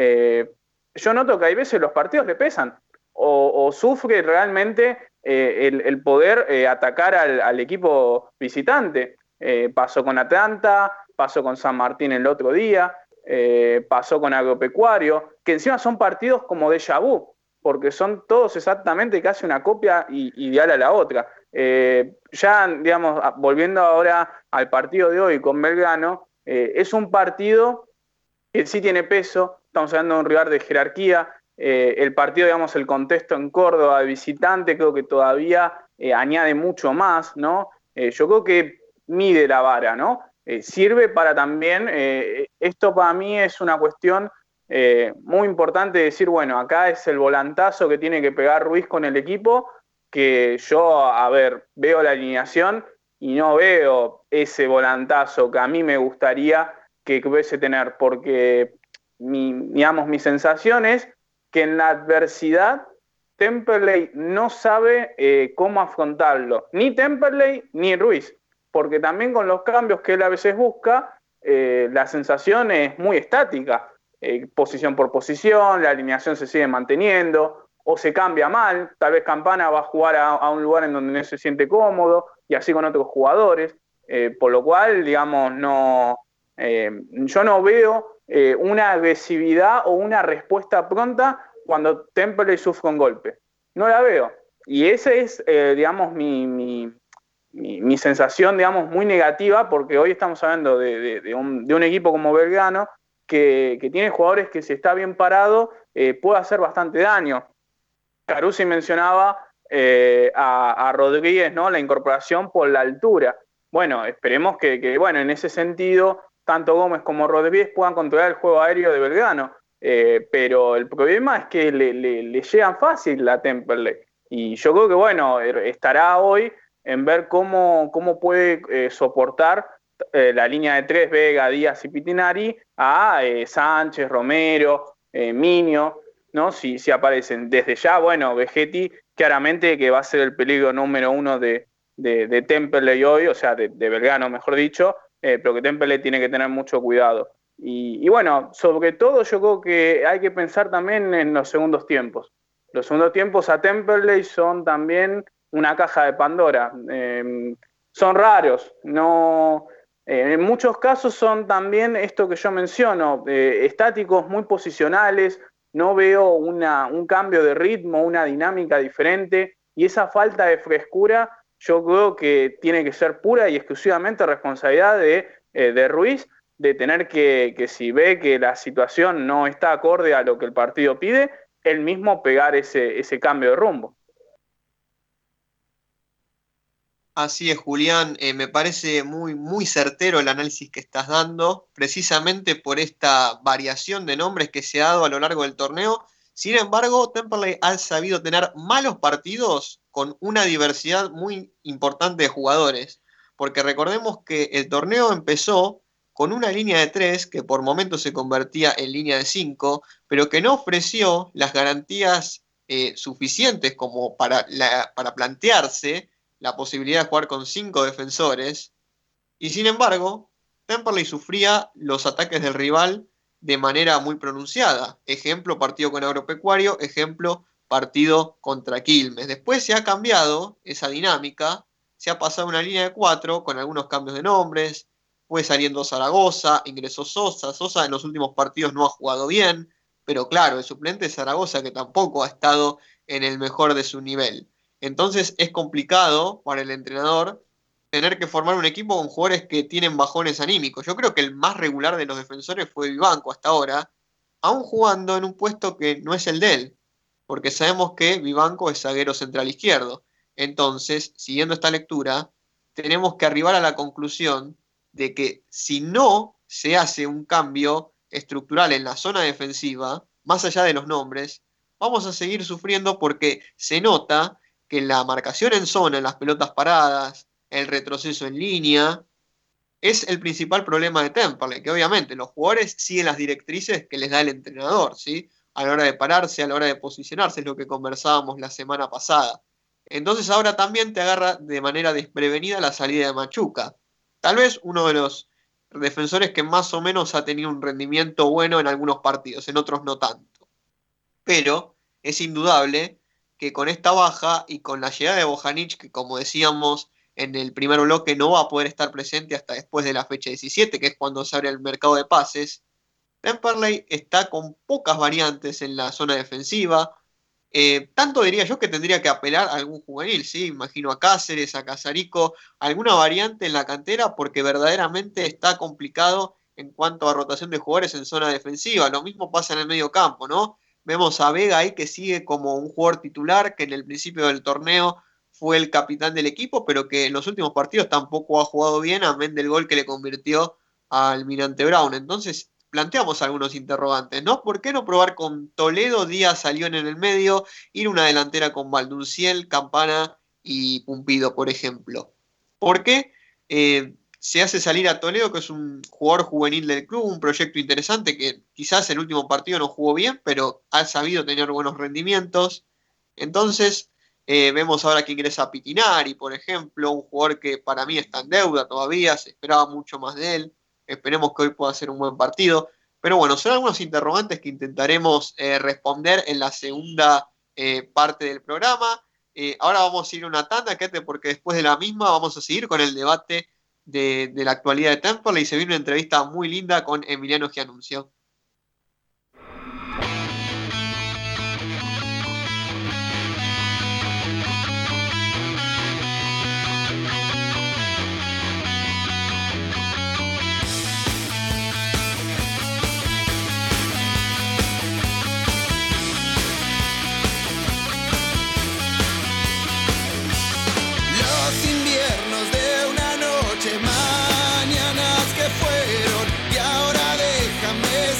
yo noto que hay veces los partidos le pesan, o sufre realmente el poder atacar al equipo visitante. Pasó con Atlanta, pasó con San Martín el otro día, pasó con Agropecuario, que encima son partidos como déjà vu, porque son todos exactamente casi una copia ideal a la otra. Ya, digamos, volviendo ahora al partido de hoy con Belgrano, es un partido que sí tiene peso, estamos hablando de un rival de jerarquía, el partido, digamos, el contexto en Córdoba de visitante, creo que todavía añade mucho más, ¿no? Yo creo que mide la vara, ¿no? Sirve para también, esto para mí es una cuestión muy importante de decir, bueno, acá es el volantazo que tiene que pegar Ruiz con el equipo, que yo, a ver, veo la alineación y no veo ese volantazo que a mí me gustaría que pudiese tener, porque mi sensación es que en la adversidad Temperley no sabe cómo afrontarlo, ni Temperley ni Ruiz, porque también con los cambios que él a veces busca, la sensación es muy estática, posición por posición, la alineación se sigue manteniendo, o se cambia mal, tal vez Campana va a jugar a un lugar en donde no se siente cómodo, y así con otros jugadores, por lo cual, digamos, yo no veo una agresividad o una respuesta pronta cuando Temperley sufre un golpe. No la veo. Y esa es, digamos, mi sensación, digamos, muy negativa, porque hoy estamos hablando de un equipo como Belgrano que tiene jugadores que, si está bien parado, puede hacer bastante daño. Carusi mencionaba a Rodríguez, ¿no? La incorporación por la altura. Bueno, esperemos que, bueno, en ese sentido, tanto Gómez como Rodríguez puedan controlar el juego aéreo de Belgrano, pero el problema es que le llegan fácil a Temperley. Y yo creo que, bueno, estará hoy en ver cómo puede soportar la línea de 3, Vega, Díaz y Pitinari, a Sánchez, Romero, Miño, ¿no? Si aparecen. Desde ya, bueno, Vegetti claramente que va a ser el peligro número 1 de Temperley hoy, o sea, de Belgrano, mejor dicho, pero que Temperley tiene que tener mucho cuidado. Y bueno, sobre todo yo creo que hay que pensar también en los segundos tiempos. Los segundos tiempos a Temperley son también una caja de Pandora. Son raros, no... en muchos casos son también esto que yo menciono, estáticos, muy posicionales, no veo un cambio de ritmo, una dinámica diferente, y esa falta de frescura yo creo que tiene que ser pura y exclusivamente responsabilidad de Ruiz, de tener que si ve que la situación no está acorde a lo que el partido pide, él mismo pegar ese cambio de rumbo. Así es, Julián, me parece muy, muy certero el análisis que estás dando, precisamente por esta variación de nombres que se ha dado a lo largo del torneo. Sin embargo, Temperley ha sabido tener malos partidos con una diversidad muy importante de jugadores, porque recordemos que el torneo empezó con una línea de 3 que por momentos se convertía en línea de 5, pero que no ofreció las garantías suficientes como para plantearse la posibilidad de jugar con 5 defensores, y sin embargo, Temperley sufría los ataques del rival de manera muy pronunciada. Ejemplo, partido con Agropecuario, ejemplo, partido contra Quilmes. Después se ha cambiado esa dinámica, se ha pasado a una línea de 4 con algunos cambios de nombres, fue saliendo Zaragoza, ingresó Sosa. Sosa en los últimos partidos no ha jugado bien, pero claro, el suplente es Zaragoza, que tampoco ha estado en el mejor de su nivel. Entonces es complicado para el entrenador tener que formar un equipo con jugadores que tienen bajones anímicos. Yo creo que el más regular de los defensores fue Vivanco hasta ahora, aún jugando en un puesto que no es el de él, porque sabemos que Vivanco es zaguero central izquierdo. Entonces, siguiendo esta lectura, tenemos que arribar a la conclusión de que si no se hace un cambio estructural en la zona defensiva, más allá de los nombres, vamos a seguir sufriendo porque se nota que la marcación en zona, en las pelotas paradas, el retroceso en línea, es el principal problema de Temperley, que obviamente los jugadores siguen las directrices que les da el entrenador, ¿sí? A la hora de pararse, a la hora de posicionarse, es lo que conversábamos la semana pasada. Entonces ahora también te agarra de manera desprevenida la salida de Machuca. Tal vez uno de los defensores que más o menos ha tenido un rendimiento bueno en algunos partidos, en otros no tanto. Pero es indudable que con esta baja y con la llegada de Bojanic, que como decíamos en el primer bloque no va a poder estar presente hasta después de la fecha 17, que es cuando se abre el mercado de pases, Temperley está con pocas variantes en la zona defensiva. Tanto diría yo que tendría que apelar a algún juvenil, ¿sí? Imagino a Cáceres, a Casarico, alguna variante en la cantera, porque verdaderamente está complicado en cuanto a rotación de jugadores en zona defensiva. Lo mismo pasa en el medio campo, ¿no? Vemos a Vega ahí que sigue como un jugador titular, que en el principio del torneo fue el capitán del equipo, pero que en los últimos partidos tampoco ha jugado bien, amén del gol que le convirtió al Almirante Brown. Entonces planteamos algunos interrogantes, ¿no? ¿Por qué no probar con Toledo, Díaz, Salión en el medio, ir una delantera con Valdunciel, Campana y Pumpido, por ejemplo? ¿Por qué se hace salir a Toledo, que es un jugador juvenil del club, un proyecto interesante que quizás el último partido no jugó bien, pero ha sabido tener buenos rendimientos? Entonces vemos ahora que ingresa Pitinari, por ejemplo, un jugador que para mí está en deuda todavía, se esperaba mucho más de él. Esperemos que hoy pueda ser un buen partido. Pero bueno, son algunos interrogantes que intentaremos responder en la segunda parte del programa. Ahora vamos a ir a una tanda, quédate, porque después de la misma vamos a seguir con el debate de la actualidad de Temperley y se viene una entrevista muy linda con Emiliano Giannunzio. Mañanas que fueron y ahora déjame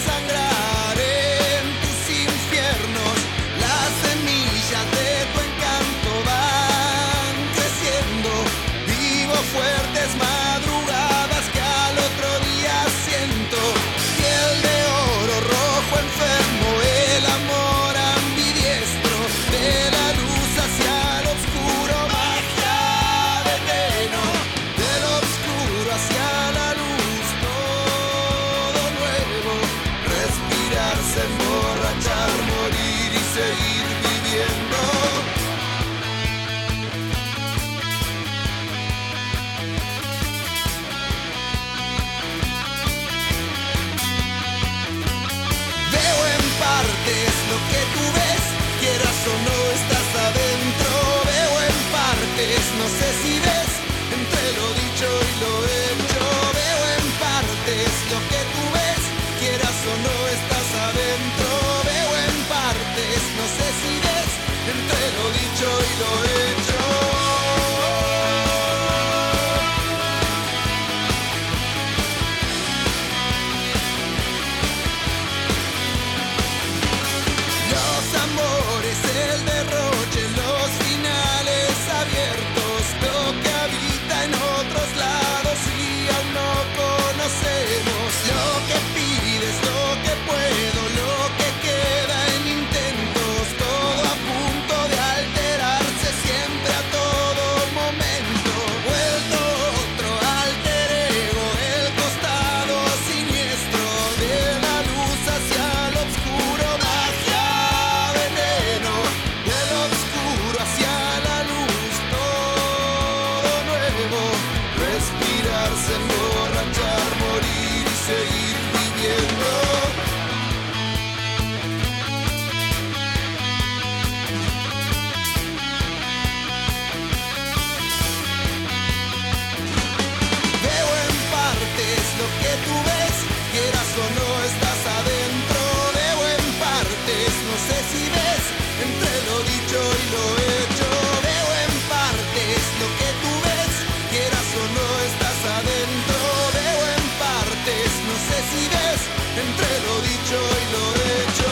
y lo hecho. Veo en partes lo que tú ves, quieras o no estás adentro. Veo en partes, no sé si ves, entre lo dicho y lo hecho.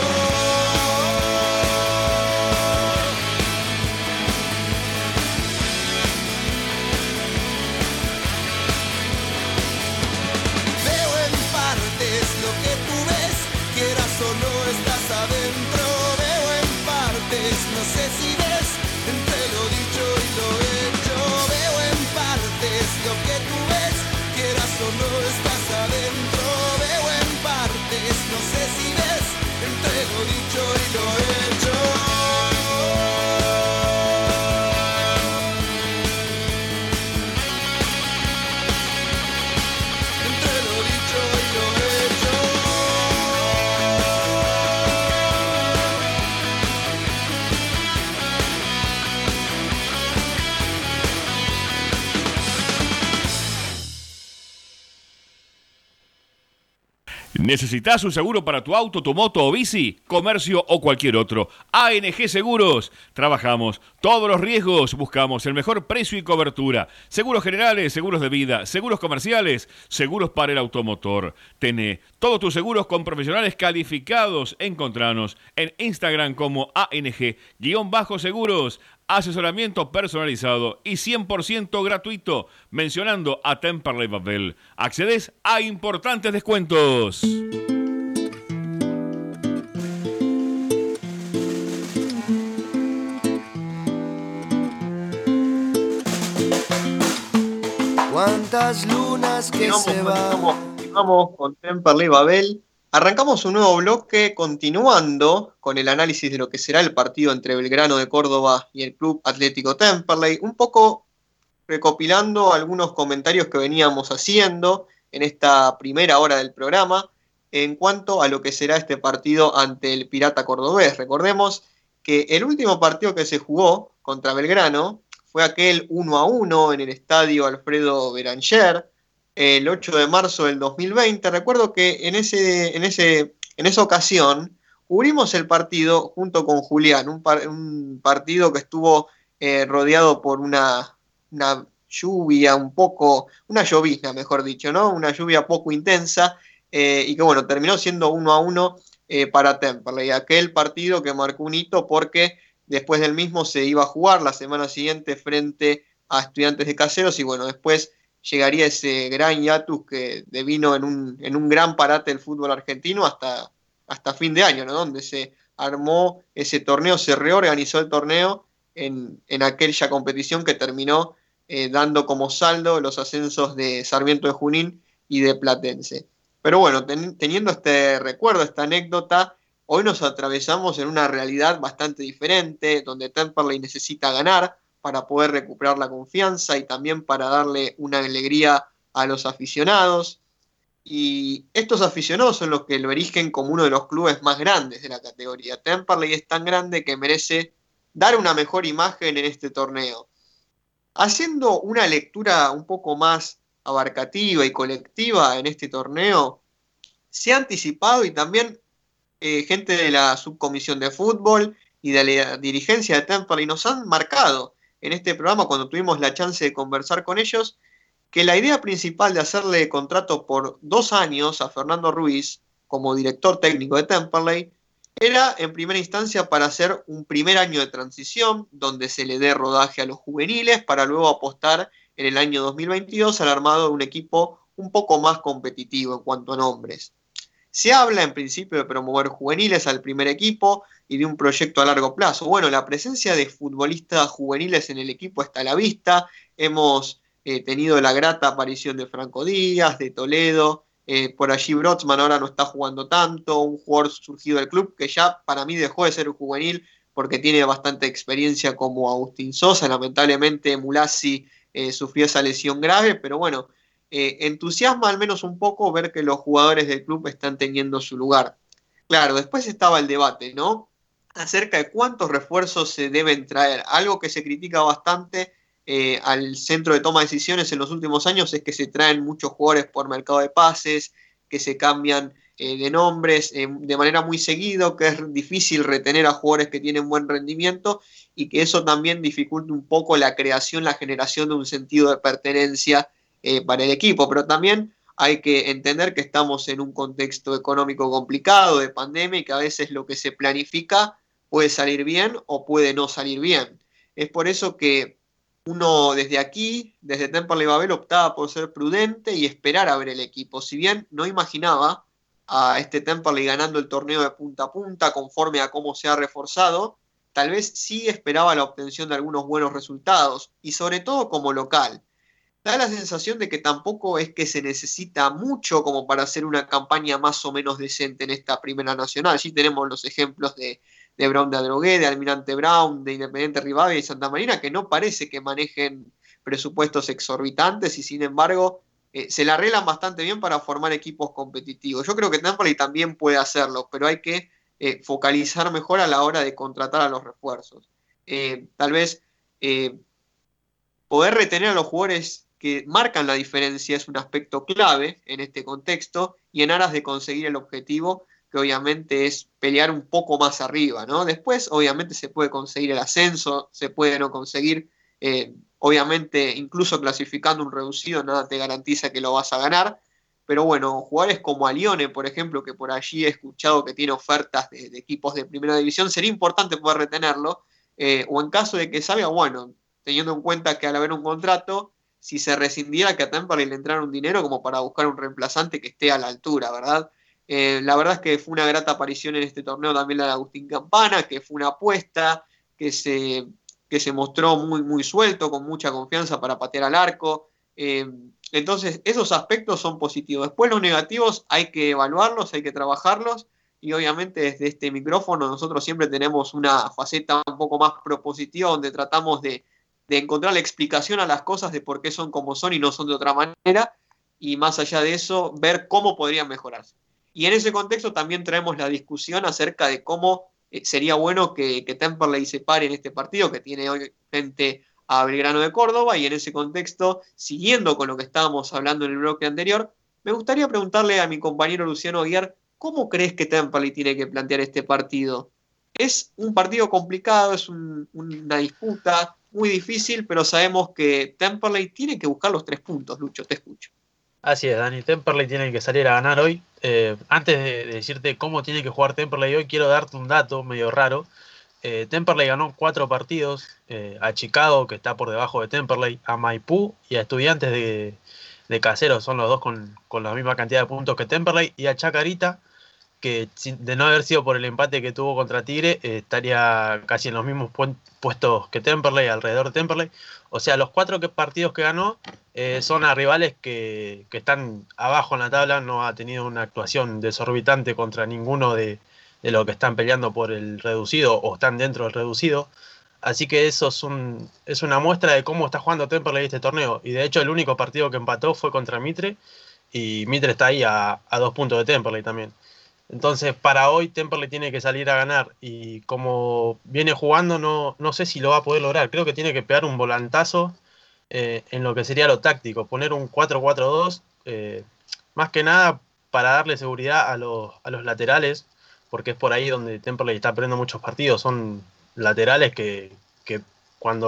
Veo en partes lo que tú ves, quieras o no estás adentro. Veo en partes, no sé si ves, entre lo dicho y lo hecho. Veo en partes lo que tú ves, quieras o no estás adentro. Veo en partes, no sé si ves, entre lo dicho y lo hecho. Entre lo dicho y lo hecho. ¿Necesitas un seguro para tu auto, tu moto o bici, comercio o cualquier otro? ANG Seguros. Trabajamos todos los riesgos, buscamos el mejor precio y cobertura. Seguros generales, seguros de vida, seguros comerciales, seguros para el automotor. Tené todos tus seguros con profesionales calificados. Encontranos en Instagram como ANG-seguros. Asesoramiento personalizado y 100% gratuito. Mencionando a Temperley Babel, accedes a importantes descuentos. Cuántas lunas que se van. Continuamos con Temperley Babel. Arrancamos un nuevo bloque continuando con el análisis de lo que será el partido entre Belgrano de Córdoba y el Club Atlético Temperley, un poco recopilando algunos comentarios que veníamos haciendo en esta primera hora del programa en cuanto a lo que será este partido ante el Pirata Cordobés. Recordemos que el último partido que se jugó contra Belgrano fue aquel 1-1 en el estadio Alfredo Beranger, el 8 de marzo del 2020. Recuerdo que en esa ocasión cubrimos el partido junto con Julián, un partido que estuvo rodeado por una lluvia una llovizna, mejor dicho, ¿no? Una lluvia poco intensa, y que bueno, terminó siendo 1-1 para Temperley. Aquel partido que marcó un hito porque después del mismo se iba a jugar la semana siguiente frente a Estudiantes de Caseros, y bueno, después llegaría ese gran hiatus que devino en un gran parate del fútbol argentino hasta fin de año, ¿no? Donde se armó ese torneo, se reorganizó el torneo en aquella competición que terminó dando como saldo los ascensos de Sarmiento de Junín y de Platense. Pero bueno, teniendo este recuerdo, esta anécdota, hoy nos atravesamos en una realidad bastante diferente, donde Temperley necesita ganar para poder recuperar la confianza y también para darle una alegría a los aficionados. Y estos aficionados son los que lo erigen como uno de los clubes más grandes de la categoría. Temperley es tan grande que merece dar una mejor imagen en este torneo. Haciendo una lectura un poco más abarcativa y colectiva en este torneo, se ha anticipado, y también gente de la subcomisión de fútbol y de la dirigencia de Temperley nos han marcado en este programa, cuando tuvimos la chance de conversar con ellos, que la idea principal de hacerle contrato por 2 años a Fernando Ruiz como director técnico de Temperley era en primera instancia para hacer un primer año de transición donde se le dé rodaje a los juveniles para luego apostar en el año 2022 al armado de un equipo un poco más competitivo en cuanto a nombres. Se habla en principio de promover juveniles al primer equipo y de un proyecto a largo plazo. Bueno, la presencia de futbolistas juveniles en el equipo está a la vista. Hemos tenido la grata aparición de Franco Díaz, de Toledo, por allí Brotsman ahora no está jugando tanto, un jugador surgido del club que ya para mí dejó de ser juvenil porque tiene bastante experiencia, como Agustín Sosa. Lamentablemente Mulasi sufrió esa lesión grave, pero bueno, entusiasma al menos un poco ver que los jugadores del club están teniendo su lugar. Claro, después estaba el debate, ¿no?, acerca de cuántos refuerzos se deben traer. Algo que se critica bastante al centro de toma de decisiones en los últimos años es que se traen muchos jugadores por mercado de pases, que se cambian de nombres de manera muy seguido, que es difícil retener a jugadores que tienen buen rendimiento y que eso también dificulta un poco la creación, la generación de un sentido de pertenencia para el equipo, pero también hay que entender que estamos en un contexto económico complicado, de pandemia, y que a veces lo que se planifica puede salir bien o puede no salir bien. Es por eso que uno desde aquí, desde Temperley Babel, optaba por ser prudente y esperar a ver el equipo. Si bien no imaginaba a este Temperley ganando el torneo de punta a punta conforme a cómo se ha reforzado, tal vez sí esperaba la obtención de algunos buenos resultados, y sobre todo como local. Da la sensación de que tampoco es que se necesita mucho como para hacer una campaña más o menos decente en esta Primera Nacional. Sí tenemos los ejemplos de Brown de Adrogué, de Almirante Brown, de Independiente Rivadavia y Santa Marina, que no parece que manejen presupuestos exorbitantes y sin embargo se la arreglan bastante bien para formar equipos competitivos. Yo creo que Temperley también puede hacerlo, pero hay que focalizar mejor a la hora de contratar a los refuerzos. Tal vez poder retener a los jugadores que marcan la diferencia es un aspecto clave en este contexto y en aras de conseguir el objetivo, que obviamente es pelear un poco más arriba, ¿no? Después, obviamente, se puede conseguir el ascenso, se puede no conseguir, obviamente, incluso clasificando un reducido, nada te garantiza que lo vas a ganar, pero bueno, jugadores como Alione, por ejemplo, que por allí he escuchado que tiene ofertas de equipos de primera división, sería importante poder retenerlo, o en caso de que salga, bueno, teniendo en cuenta que al haber un contrato, si se rescindiera, que a Temperley le entrara un dinero como para buscar un reemplazante que esté a la altura, ¿verdad? La verdad es que fue una grata aparición en este torneo también la de Agustín Campana, que fue una apuesta, que se mostró muy, muy suelto, con mucha confianza para patear al arco. Entonces, esos aspectos son positivos. Después los negativos hay que evaluarlos, hay que trabajarlos, y obviamente desde este micrófono nosotros siempre tenemos una faceta un poco más propositiva donde tratamos de encontrar la explicación a las cosas de por qué son como son y no son de otra manera, y más allá de eso, ver cómo podrían mejorarse. Y en ese contexto también traemos la discusión acerca de cómo sería bueno que Temperley se pare en este partido, que tiene hoy frente a Belgrano de Córdoba, y en ese contexto, siguiendo con lo que estábamos hablando en el bloque anterior, me gustaría preguntarle a mi compañero Luciano Aguiar, ¿cómo crees que Temperley tiene que plantear este partido? Es un partido complicado, es una disputa muy difícil, pero sabemos que Temperley tiene que buscar los 3 puntos, Lucho, te escucho. Así es, Dani. Temperley tiene que salir a ganar hoy. Antes de decirte cómo tiene que jugar Temperley hoy, quiero darte un dato medio raro. Temperley ganó 4 partidos a Chicago, que está por debajo de Temperley, a Maipú y a Estudiantes de Caseros, son los dos con la misma cantidad de puntos que Temperley, y a Chacarita, que de no haber sido por el empate que tuvo contra Tigre, estaría casi en los mismos puestos que Temperley, alrededor de Temperley. O sea, los 4 partidos que ganó son a rivales que están abajo en la tabla, no ha tenido una actuación desorbitante contra ninguno de los que están peleando por el reducido o están dentro del reducido. Así que eso es una muestra de cómo está jugando Temperley este torneo. Y de hecho el único partido que empató fue contra Mitre, y Mitre está ahí a 2 puntos de Temperley también. Entonces, para hoy Temperley tiene que salir a ganar, y como viene jugando no sé si lo va a poder lograr. Creo que tiene que pegar un volantazo en lo que sería lo táctico, poner un 4-4-2, más que nada para darle seguridad a los laterales, porque es por ahí donde Temperley está perdiendo muchos partidos. Son laterales que cuando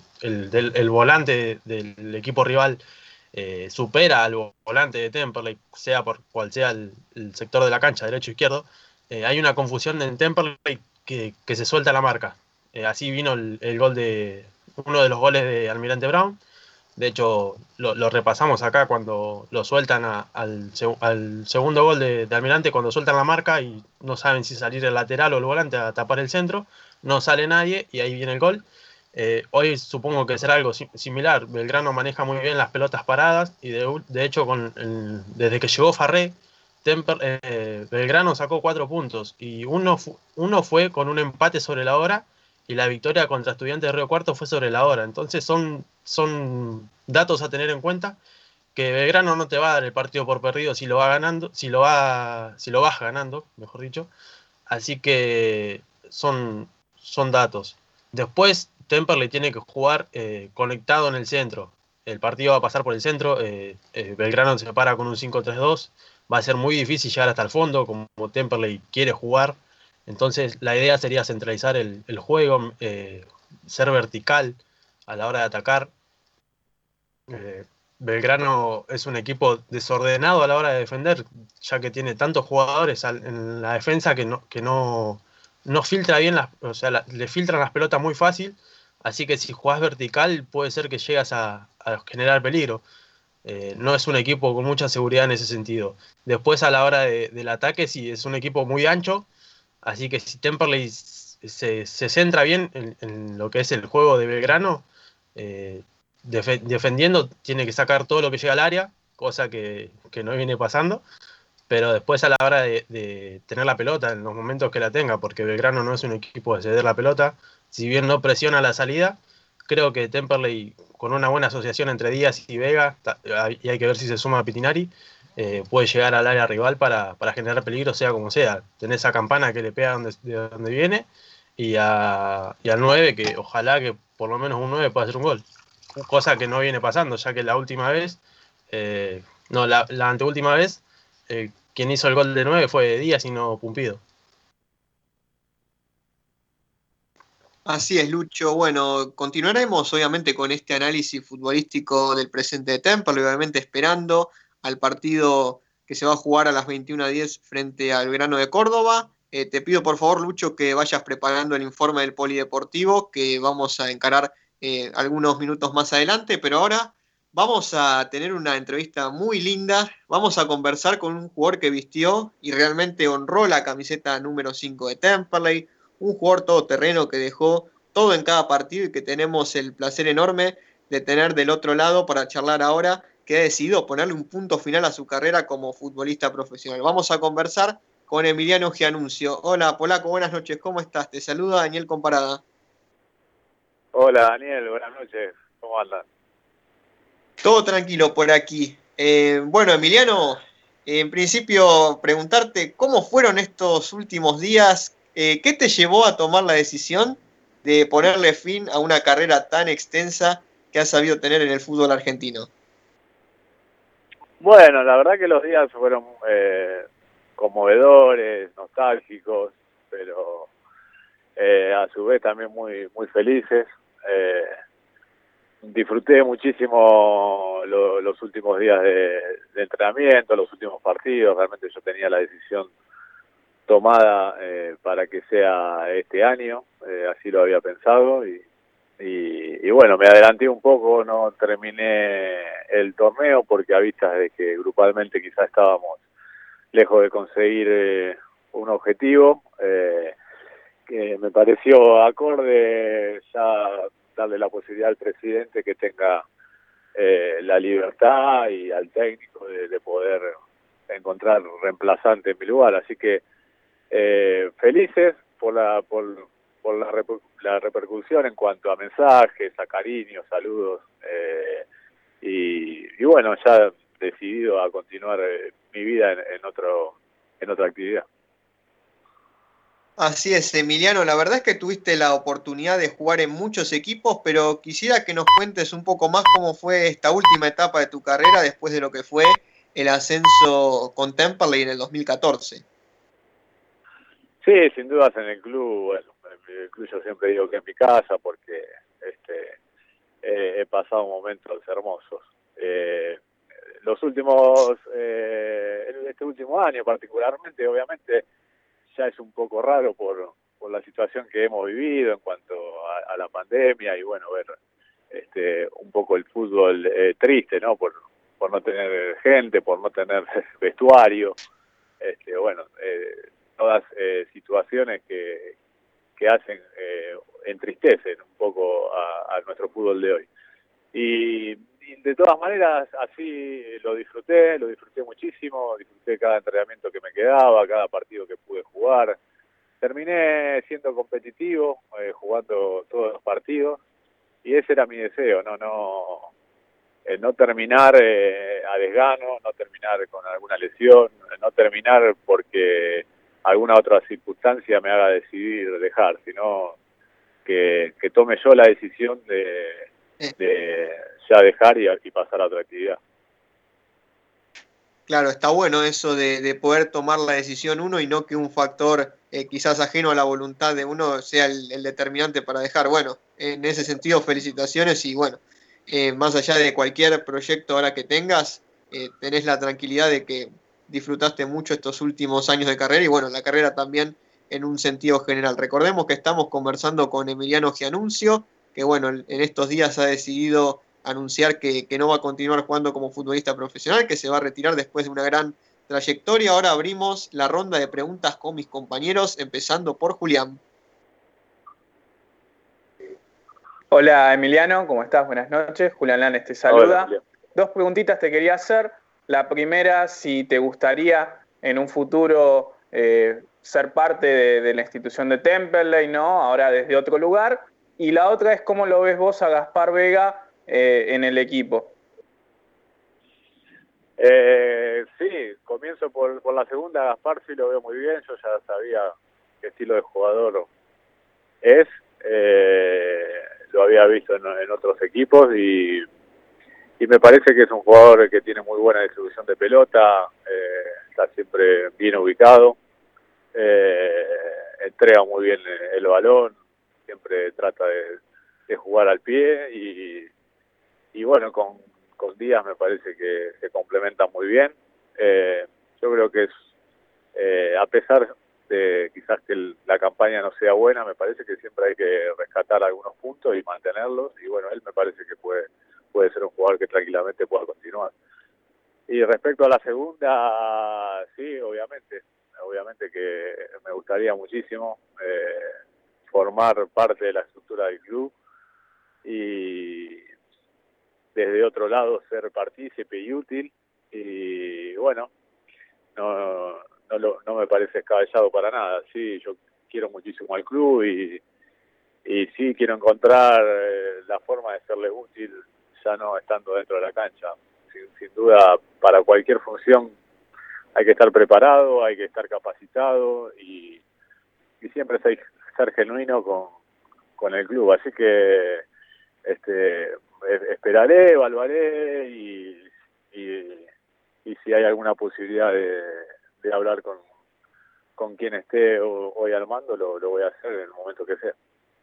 el volante del equipo rival supera al volante de Temperley, sea por cual sea el sector de la cancha, derecho o izquierdo, hay una confusión en Temperley que se suelta la marca. Así vino el gol uno de los goles de Almirante Brown. De hecho, lo repasamos acá cuando lo sueltan al segundo gol de Almirante, cuando sueltan la marca y no saben si salir el lateral o el volante a tapar el centro. No sale nadie y ahí viene el gol. Hoy supongo que será algo similar. Belgrano maneja muy bien las pelotas paradas y de hecho desde que llegó Farré, Belgrano sacó 4 puntos y uno fue con un empate sobre la hora, y la victoria contra Estudiantes de Río Cuarto fue sobre la hora. Entonces son datos a tener en cuenta, que Belgrano no te va a dar el partido por perdido si lo vas ganando, mejor dicho. Así que son datos. Después Temperley tiene que jugar conectado en el centro. El partido va a pasar por el centro. Belgrano se para con un 5-3-2. va a ser muy difícil llegar hasta el fondo, como Temperley quiere jugar. Entonces la idea sería centralizar el juego, ser vertical a la hora de atacar. Belgrano es un equipo desordenado a la hora de defender, ya que tiene tantos jugadores en la defensa que no filtra bien, o sea, le filtran las pelotas muy fácil, así que si jugás vertical puede ser que llegas a generar peligro. No es un equipo con mucha seguridad en ese sentido. Después a la hora del ataque sí es un equipo muy ancho, así que si Temperley se centra bien en lo que es el juego de Belgrano, defendiendo tiene que sacar todo lo que llega al área, cosa que no viene pasando, pero después a la hora de tener la pelota en los momentos que la tenga, porque Belgrano no es un equipo de ceder la pelota, si bien no presiona la salida, creo que Temperley, con una buena asociación entre Díaz y Vega, y hay que ver si se suma a Pitinari, puede llegar al área rival para generar peligro, sea como sea. Tenés a Campana que le pega de donde viene, y al 9, que ojalá que por lo menos un 9 pueda hacer un gol. Cosa que no viene pasando, ya que la última vez, la anteúltima vez, quien hizo el gol de 9 fue Díaz y no Pumpido. Así es, Lucho. Bueno, continuaremos obviamente con este análisis futbolístico del presente de Temperley, obviamente esperando al partido que se va a jugar a las 21:10 frente al Belgrano de Córdoba. Te pido por favor, Lucho, que vayas preparando el informe del polideportivo, que vamos a encarar algunos minutos más adelante, pero ahora vamos a tener una entrevista muy linda. Vamos a conversar con un jugador que vistió y realmente honró la camiseta número 5 de Temperley, un jugador todoterreno que dejó todo en cada partido y que tenemos el placer enorme de tener del otro lado para charlar ahora, que ha decidido ponerle un punto final a su carrera como futbolista profesional. Vamos a conversar con Emiliano Gianuncio. Hola, Polaco, buenas noches, ¿cómo estás? Te saluda Daniel Comparada. Hola, Daniel, buenas noches, ¿cómo andas? Todo tranquilo por aquí. Bueno, Emiliano, en principio preguntarte cómo fueron estos últimos días. ¿Qué te llevó a tomar la decisión de ponerle fin a una carrera tan extensa que has sabido tener en el fútbol argentino? Bueno, la verdad que los días fueron conmovedores, nostálgicos, pero a su vez también muy muy felices. Disfruté muchísimo los últimos días de entrenamiento, los últimos partidos. Realmente yo tenía la decisión tomada para que sea este año, así lo había pensado y bueno, me adelanté un poco, no terminé el torneo porque a vistas de que grupalmente quizás estábamos lejos de conseguir un objetivo, que me pareció acorde ya darle la posibilidad al presidente que tenga la libertad y al técnico de poder encontrar reemplazante en mi lugar, así que felices por la repercusión en cuanto a mensajes, a cariños, saludos, y bueno, ya decidido a continuar mi vida en otra actividad. Así es, Emiliano, la verdad es que tuviste la oportunidad de jugar en muchos equipos, pero quisiera que nos cuentes un poco más cómo fue esta última etapa de tu carrera después de lo que fue el ascenso con Temperley en el 2014. Sí, sin dudas en el club, bueno, el club yo siempre digo que es mi casa porque he pasado momentos hermosos. Los últimos, este último año particularmente, obviamente, ya es un poco raro por la situación que hemos vivido en cuanto a la pandemia y bueno, ver un poco el fútbol triste, ¿no? Por no tener gente, por no tener vestuario, bueno, todas situaciones que hacen, entristecen un poco a nuestro fútbol de hoy. Y de todas maneras, así lo disfruté muchísimo, disfruté cada entrenamiento que me quedaba, cada partido que pude jugar. Terminé siendo competitivo, jugando todos los partidos, y ese era mi deseo, no terminar a desgano, no terminar con alguna lesión, no terminar porque alguna otra circunstancia me haga decidir dejar, sino que tome yo la decisión de ya dejar y pasar a otra actividad. Claro, está bueno eso de poder tomar la decisión uno y no que un factor quizás ajeno a la voluntad de uno sea el determinante para dejar. Bueno, en ese sentido, felicitaciones y bueno, más allá de cualquier proyecto ahora que tengas, tenés la tranquilidad de que disfrutaste mucho estos últimos años de carrera y bueno, la carrera también en un sentido general. Recordemos que estamos conversando con Emiliano Gianuncio, que bueno, en estos días ha decidido anunciar que no va a continuar jugando como futbolista profesional, que se va a retirar después de una gran trayectoria. Ahora abrimos la ronda de preguntas con mis compañeros, empezando por Julián. Hola Emiliano, ¿cómo estás? Buenas noches. Julián Lanes te saluda. Hola, Dos preguntitas te quería hacer. La primera, si te gustaría en un futuro ser parte de la institución de Temperley, ¿no? Ahora desde otro lugar. Y la otra es cómo lo ves vos a Gaspar Vega en el equipo. Sí, comienzo por la segunda. Gaspar sí lo veo muy bien. Yo ya sabía qué estilo de jugador es. Lo había visto en otros equipos y me parece que es un jugador que tiene muy buena distribución de pelota, está siempre bien ubicado, entrega muy bien el balón, siempre trata de jugar al pie y bueno, con Díaz me parece que se complementan muy bien. Yo creo que es, a pesar de quizás que la campaña no sea buena, me parece que siempre hay que rescatar algunos puntos y mantenerlos, y bueno, él me parece que puede ser un jugador que tranquilamente pueda continuar. Y respecto a la segunda, sí, obviamente que me gustaría muchísimo formar parte de la estructura del club y desde otro lado ser partícipe y útil, y bueno, no me parece descabellado para nada. Sí, yo quiero muchísimo al club y sí quiero encontrar la forma de serle útil, ya no estando dentro de la cancha. Sin duda, para cualquier función hay que estar preparado, hay que estar capacitado y siempre ser genuino con el club. Así que esperaré, evaluaré y si hay alguna posibilidad de hablar con quien esté hoy al mando, lo voy a hacer en el momento que sea.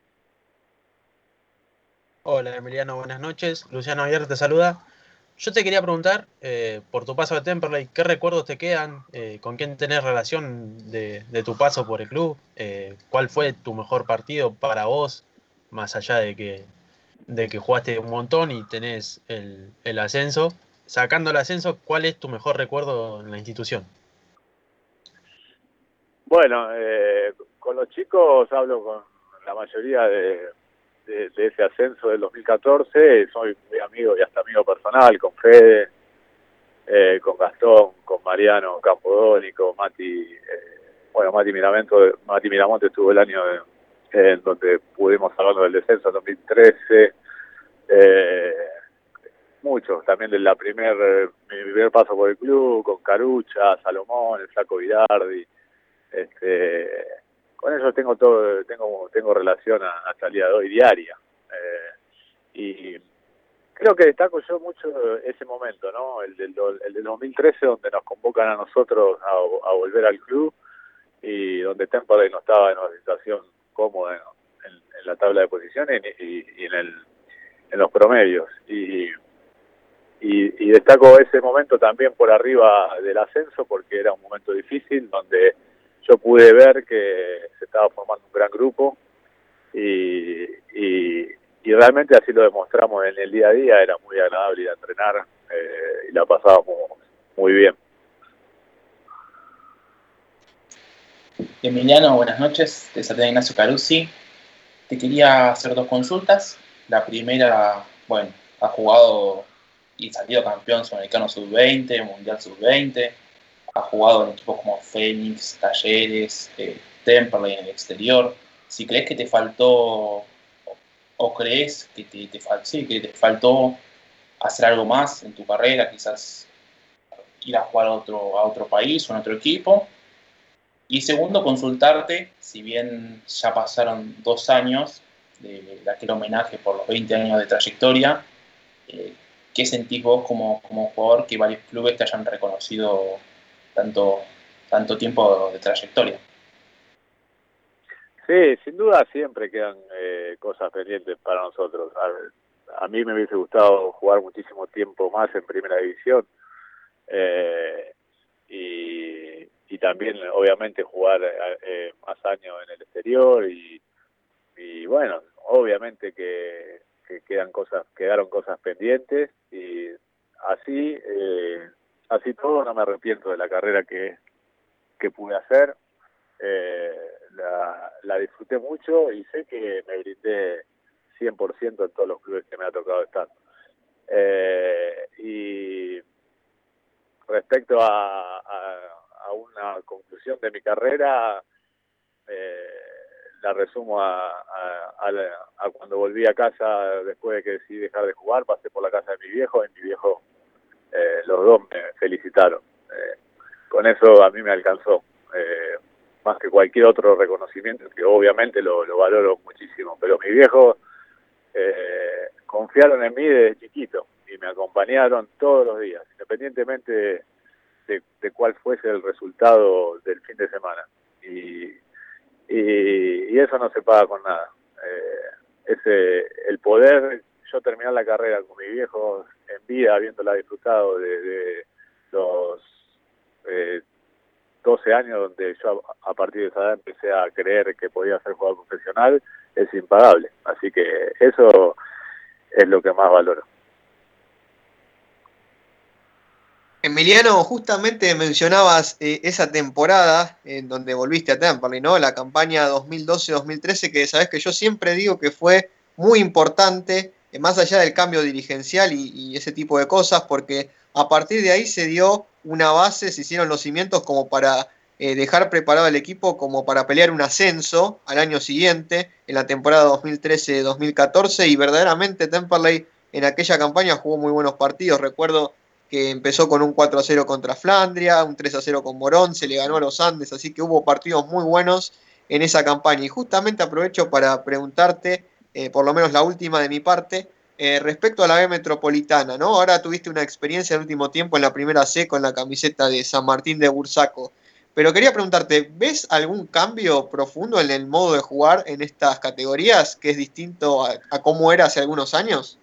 Hola Emiliano, buenas noches. Luciano Aguiar te saluda. Yo te quería preguntar, por tu paso de Temperley, ¿qué recuerdos te quedan? ¿Con quién tenés relación de tu paso por el club? ¿Cuál fue tu mejor partido para vos, más allá de que jugaste un montón y tenés el ascenso? Sacando el ascenso, ¿cuál es tu mejor recuerdo en la institución? Bueno, con los chicos hablo con la mayoría de ese ascenso del 2014, soy muy amigo y hasta amigo personal, con Fede, con Gastón, con Mariano Campodónico, Mati Miramonte estuvo el año en donde pudimos hablar del descenso en 2013, muchos, también de mi primer paso por el club, con Carucha, Salomón, el Flaco Virardi, con ellos tengo relación hasta el día de hoy diaria, y creo que destaco yo mucho ese momento, ¿no? El del 2013, donde nos convocan a nosotros a volver al club y donde Temperley no estaba en una situación cómoda en la tabla de posiciones y en los promedios, y destaco ese momento también por arriba del ascenso porque era un momento difícil donde yo pude ver que se estaba formando un gran grupo y realmente así lo demostramos en el día a día. Era muy agradable ir a entrenar y la pasábamos muy bien. Emiliano, buenas noches. Te saluda Ignacio Carusi. Te quería hacer dos consultas. La primera, bueno, has jugado y salido campeón sudamericano sub-20, mundial sub-20. Has jugado en equipos como Fénix, Talleres, Temperley en el exterior. Si crees que te faltó o crees que te faltó hacer algo más en tu carrera, quizás ir a jugar a otro país o en otro equipo. Y segundo, consultarte, si bien ya pasaron 2 años de aquel homenaje por los 20 años de trayectoria, ¿qué sentís vos como jugador que varios clubes te hayan reconocido tanto tiempo de trayectoria? Sí, sin duda siempre quedan cosas pendientes para nosotros. A mí me hubiese gustado jugar muchísimo tiempo más en primera división y también obviamente jugar más años en el exterior y bueno, obviamente que quedaron cosas pendientes y así todo no me arrepiento de la carrera que pude hacer. La disfruté mucho y sé que me brindé 100% en todos los clubes que me ha tocado estar. Y respecto a una conclusión de mi carrera, la resumo a cuando volví a casa después de que decidí dejar de jugar. Pasé por la casa de mi viejo y mi viejo, los dos me felicitaron. Con eso a mí me alcanzó. Más que cualquier otro reconocimiento, que obviamente lo valoro muchísimo, pero mis viejos confiaron en mí desde chiquito y me acompañaron todos los días, independientemente de cuál fuese el resultado del fin de semana. Y eso no se paga con nada. El poder yo terminar la carrera con mis viejos en vida, habiéndola disfrutado de los 12 años donde yo a partir de esa edad empecé a creer que podía ser jugador profesional, es impagable. Así que eso es lo que más valoro. Emiliano, justamente mencionabas esa temporada en donde volviste a Temperley, ¿no? La campaña 2012-2013, que sabés que yo siempre digo que fue muy importante, más allá del cambio dirigencial y ese tipo de cosas, porque a partir de ahí se dio una base, se hicieron los cimientos como para dejar preparado el equipo como para pelear un ascenso al año siguiente, en la temporada 2013-2014, y verdaderamente Temperley en aquella campaña jugó muy buenos partidos. Recuerdo que empezó con un 4-0 contra Flandria, un 3-0 con Morón, se le ganó a los Andes, así que hubo partidos muy buenos en esa campaña. Y justamente aprovecho para preguntarte, por lo menos la última de mi parte, respecto a la B Metropolitana, ¿no? Ahora tuviste una experiencia en el último tiempo en la primera C con la camiseta de San Martín de Bursaco, pero quería preguntarte, ¿ves algún cambio profundo en el modo de jugar en estas categorías que es distinto a cómo era hace algunos años?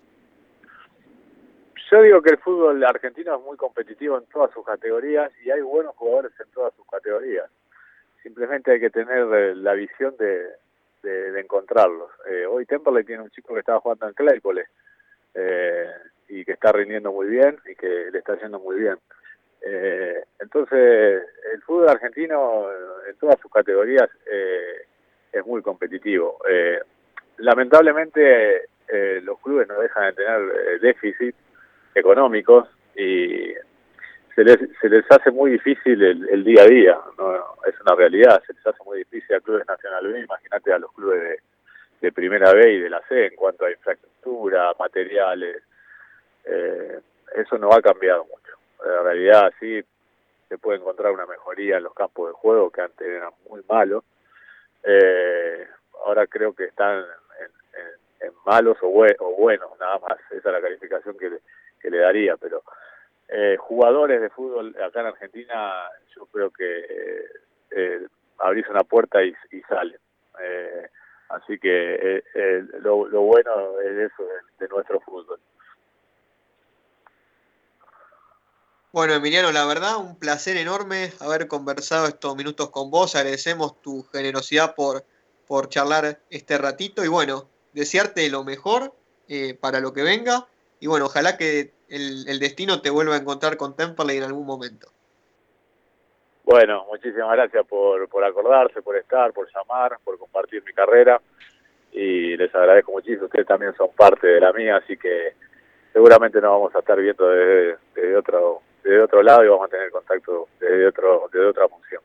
Yo digo que el fútbol argentino es muy competitivo en todas sus categorías y hay buenos jugadores en todas sus categorías. Simplemente hay que tener la visión de encontrarlos. Hoy Temperley tiene un chico que estaba jugando en Claypole y que está rindiendo muy bien y que le está yendo muy bien. Entonces, el fútbol argentino en todas sus categorías es muy competitivo. Lamentablemente, los clubes no dejan de tener déficit económicos y se les hace muy difícil el día a día, ¿no? Es una realidad, se les hace muy difícil a clubes Nacional B, imagínate a los clubes de Primera B y de la C en cuanto a infraestructura, materiales, eso no ha cambiado mucho. La realidad sí se puede encontrar una mejoría en los campos de juego que antes eran muy malos, ahora creo que están en malos o buenos, nada más, esa es la calificación que le daría, pero jugadores de fútbol acá en Argentina yo creo que abrís una puerta y salen, así que lo bueno es eso de nuestro fútbol. Bueno, Emiliano, la verdad, un placer enorme haber conversado estos minutos con vos. Agradecemos tu generosidad por charlar este ratito y bueno, desearte lo mejor para lo que venga y bueno, ojalá que el destino te vuelva a encontrar con Temperley en algún momento. Bueno, muchísimas gracias por acordarse, por estar, por llamar, por compartir mi carrera y les agradezco muchísimo. Ustedes también son parte de la mía, así que seguramente nos vamos a estar viendo desde otro lado y vamos a tener contacto desde otra función.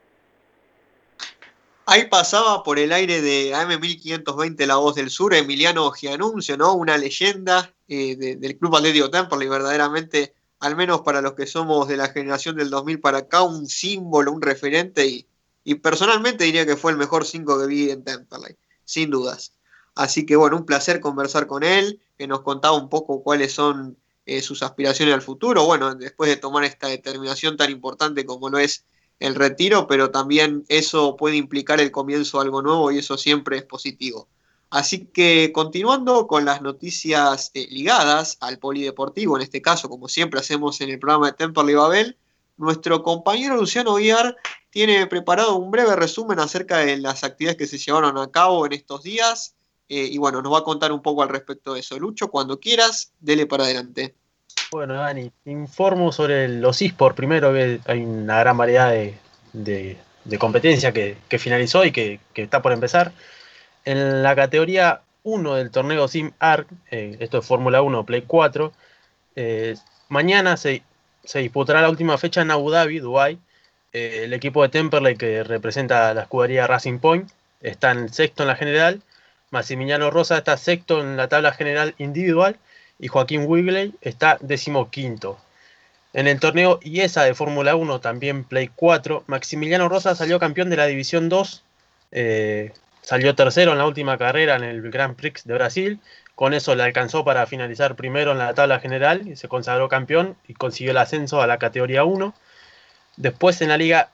Ahí pasaba por el aire de AM1520 La Voz del Sur, Emiliano Gianuncio, ¿no? Una leyenda del Club Atlético Temperley, verdaderamente, al menos para los que somos de la generación del 2000 para acá, un símbolo, un referente y personalmente diría que fue el mejor 5 que vi en Temperley, sin dudas. Así que bueno, un placer conversar con él, que nos contaba un poco cuáles son sus aspiraciones al futuro, bueno, después de tomar esta determinación tan importante como lo es el retiro, pero también eso puede implicar el comienzo de algo nuevo y eso siempre es positivo. Así que continuando con las noticias ligadas al polideportivo, en este caso, como siempre hacemos en el programa de Temperley Babel, nuestro compañero Luciano Aguiar tiene preparado un breve resumen acerca de las actividades que se llevaron a cabo en estos días y bueno, nos va a contar un poco al respecto de eso. Lucho, cuando quieras, dele para adelante. Bueno, Dani, informo sobre los eSports primero, que hay una gran variedad de competencia que finalizó y que está por empezar. En la categoría 1 del torneo Sim Arc, esto es Fórmula 1 Play 4, mañana se disputará la última fecha en Abu Dhabi, Dubái. El equipo de Temperley, que representa a la escudería Racing Point, está en sexto en la general. Maximiliano Rosa está sexto en la tabla general individual. Y Joaquín Wigley está 15º. En el torneo IESA de Fórmula 1, también Play 4, Maximiliano Rosa salió campeón de la División 2. Salió tercero en la última carrera en el Grand Prix de Brasil. Con eso le alcanzó para finalizar primero en la tabla general y se consagró campeón y consiguió el ascenso a la categoría 1. Después en la liga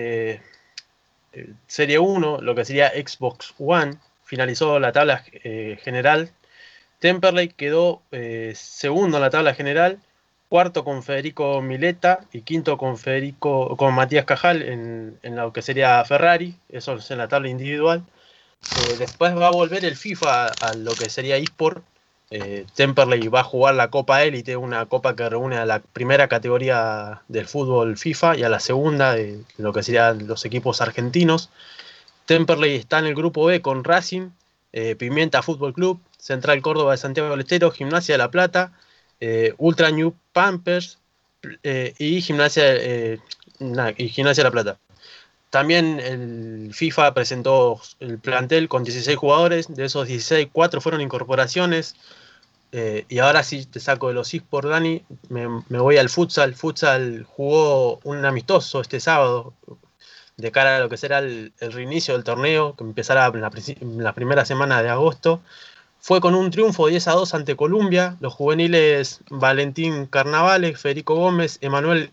Serie 1, lo que sería Xbox One, finalizó la tabla general. Temperley quedó segundo en la tabla general, cuarto con Federico Mileta y quinto con Matías Cajal en lo que sería Ferrari, eso es en la tabla individual. Después va a volver el FIFA a lo que sería eSport. Temperley va a jugar la Copa Élite, una copa que reúne a la primera categoría del fútbol FIFA y a la segunda de lo que serían los equipos argentinos. Temperley está en el grupo B con Racing, Pimienta Fútbol Club, Central Córdoba de Santiago del Estero, Gimnasia de La Plata, Ultra New Pampers y Gimnasia de La Plata. También el FIFA presentó el plantel con 16 jugadores, de esos 16, 4 fueron incorporaciones. Y ahora sí te saco de los eSports, Dani, me voy al futsal. Futsal jugó un amistoso este sábado de cara a lo que será el reinicio del torneo, que empezará en la primera semana de agosto. Fue con un triunfo 10-2 ante Colombia. Los juveniles Valentín Carnavales, Federico Gómez, Emanuel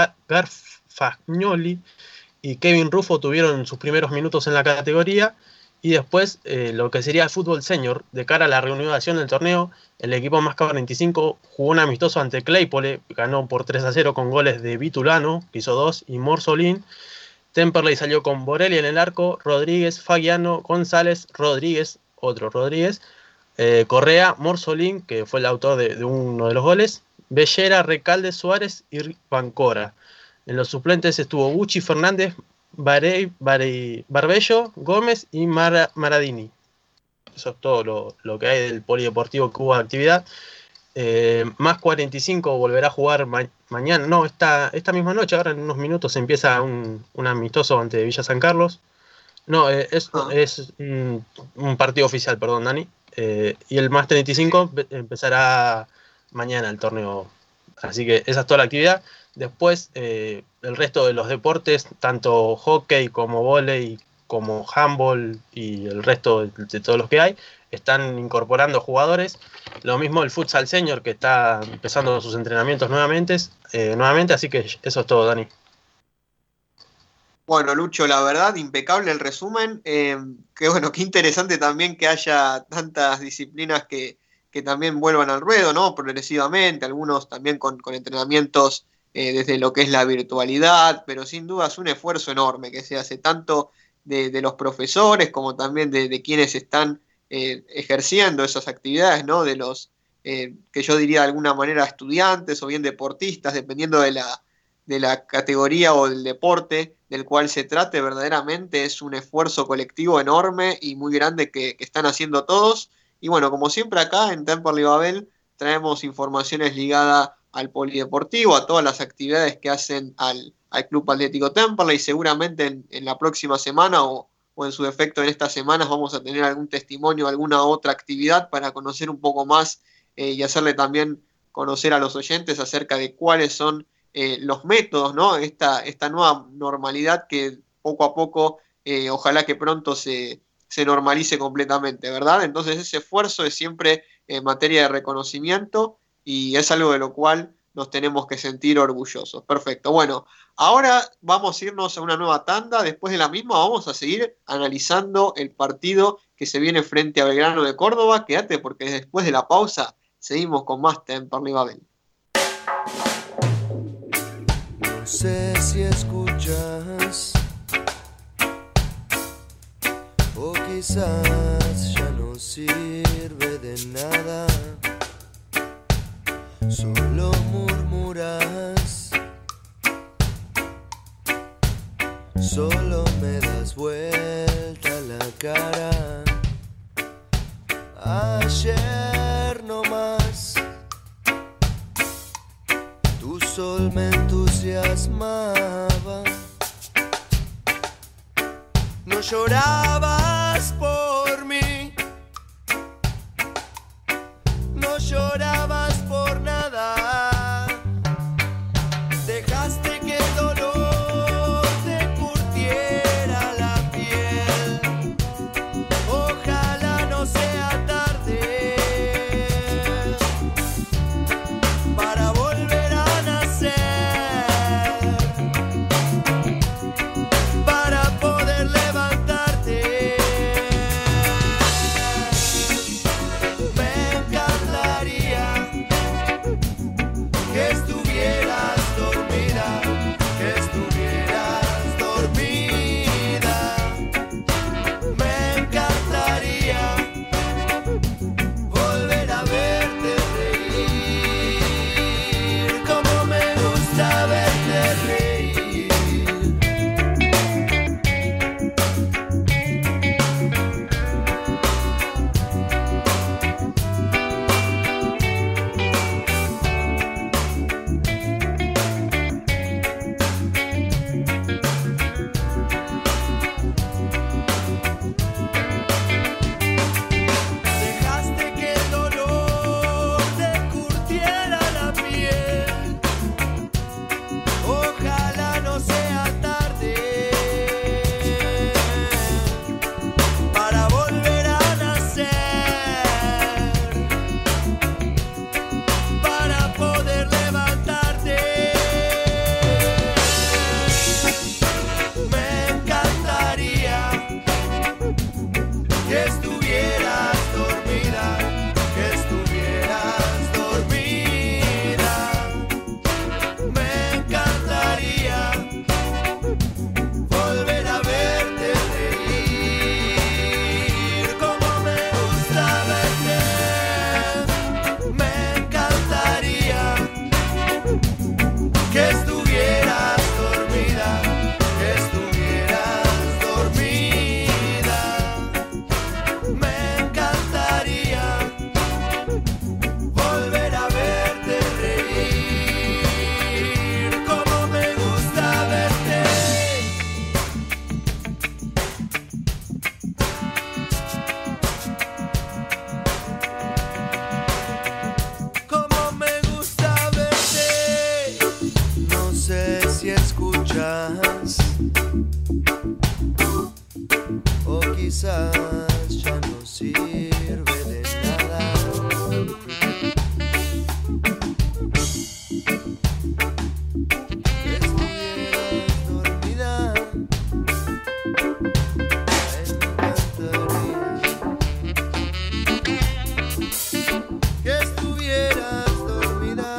Garfagnoli y Kevin Rufo tuvieron sus primeros minutos en la categoría. Y después lo que sería el fútbol senior, de cara a la reanudación del torneo, el equipo más K45 jugó un amistoso ante Claypole, ganó por 3-0 con goles de Vitulano, que hizo 2, y Morsolín. Temperley salió con Borelli en el arco, Rodríguez, Fagiano, González, Rodríguez, otro Rodríguez, Correa, Morsolín, que fue el autor de uno de los goles, Bellera, Recalde, Suárez y Bancora. En los suplentes estuvo Bucci, Fernández, Barbello, Gómez y Maradini. Eso es todo lo que hay del polideportivo que hubo de actividad. Más 45 volverá a jugar mañana, no, esta misma noche, ahora en unos minutos empieza un amistoso ante Villa San Carlos. No, es un partido oficial, perdón, Dani. Y el más 35 empezará mañana el torneo. Así que esa es toda la actividad. Después, el resto de los deportes, tanto hockey como vóley, como handball y el resto de todos los que hay, están incorporando jugadores. Lo mismo el futsal senior, que está empezando sus entrenamientos nuevamente, así que eso es todo, Dani. Bueno, Lucho, la verdad, impecable el resumen. Qué interesante también que haya tantas disciplinas que también vuelvan al ruedo, ¿no? Progresivamente, algunos también con entrenamientos desde lo que es la virtualidad, pero sin duda es un esfuerzo enorme que se hace tanto de los profesores como también de quienes están ejerciendo esas actividades, ¿no? De los que yo diría de alguna manera estudiantes o bien deportistas, dependiendo de la categoría o del deporte del cual se trate. Verdaderamente es un esfuerzo colectivo enorme y muy grande que están haciendo todos. Y bueno, como siempre acá en Temperley Babel traemos informaciones ligadas al polideportivo, a todas las actividades que hacen al Club Atlético Temperley. Seguramente en la próxima semana o en su defecto en estas semanas vamos a tener algún testimonio, alguna otra actividad para conocer un poco más y hacerle también conocer a los oyentes acerca de cuáles son los métodos, ¿no? Esta nueva normalidad que poco a poco, ojalá que pronto se normalice completamente, ¿verdad? Entonces ese esfuerzo es siempre en materia de reconocimiento y es algo de lo cual nos tenemos que sentir orgullosos. Perfecto. Bueno, ahora vamos a irnos a una nueva tanda. Después de la misma vamos a seguir analizando el partido que se viene frente a Belgrano de Córdoba. Quédate porque después de la pausa seguimos con más Temperley Babel. No sé si escuchas o quizás ya no sirve de nada. Solo murmuras, solo me das vuelta la cara. Ayer no más, tu sol me entusiasmaba. No llorabas por mí, no llorabas por nada. Dejaste que el dolor te curtiera la piel. Ojalá no sea tarde para volver a nacer, para poder levantarte. Me encantaría que estuvieras dormida, que estuvieras dormida. Me encantaría volver a verte reír, como me gusta verte reír. Dejaste que el dolor te curtiera la piel. Ojalá no sea tarde para volver a nacer, para poder levantarte. Me encantaría que estuvieras dormida, que estuvieras dormida. Me encantaría volver a verte reír, como me gusta verte. Me encantaría que estuvieras dormida, que estuvieras dormida. Me encantaría volver a verte reír, como me gusta verte. Como me gusta verte. No sé si escuchas o quizás ya no sirve de nada. Que estuvieras dormida, me encantaría que estuvieras dormida.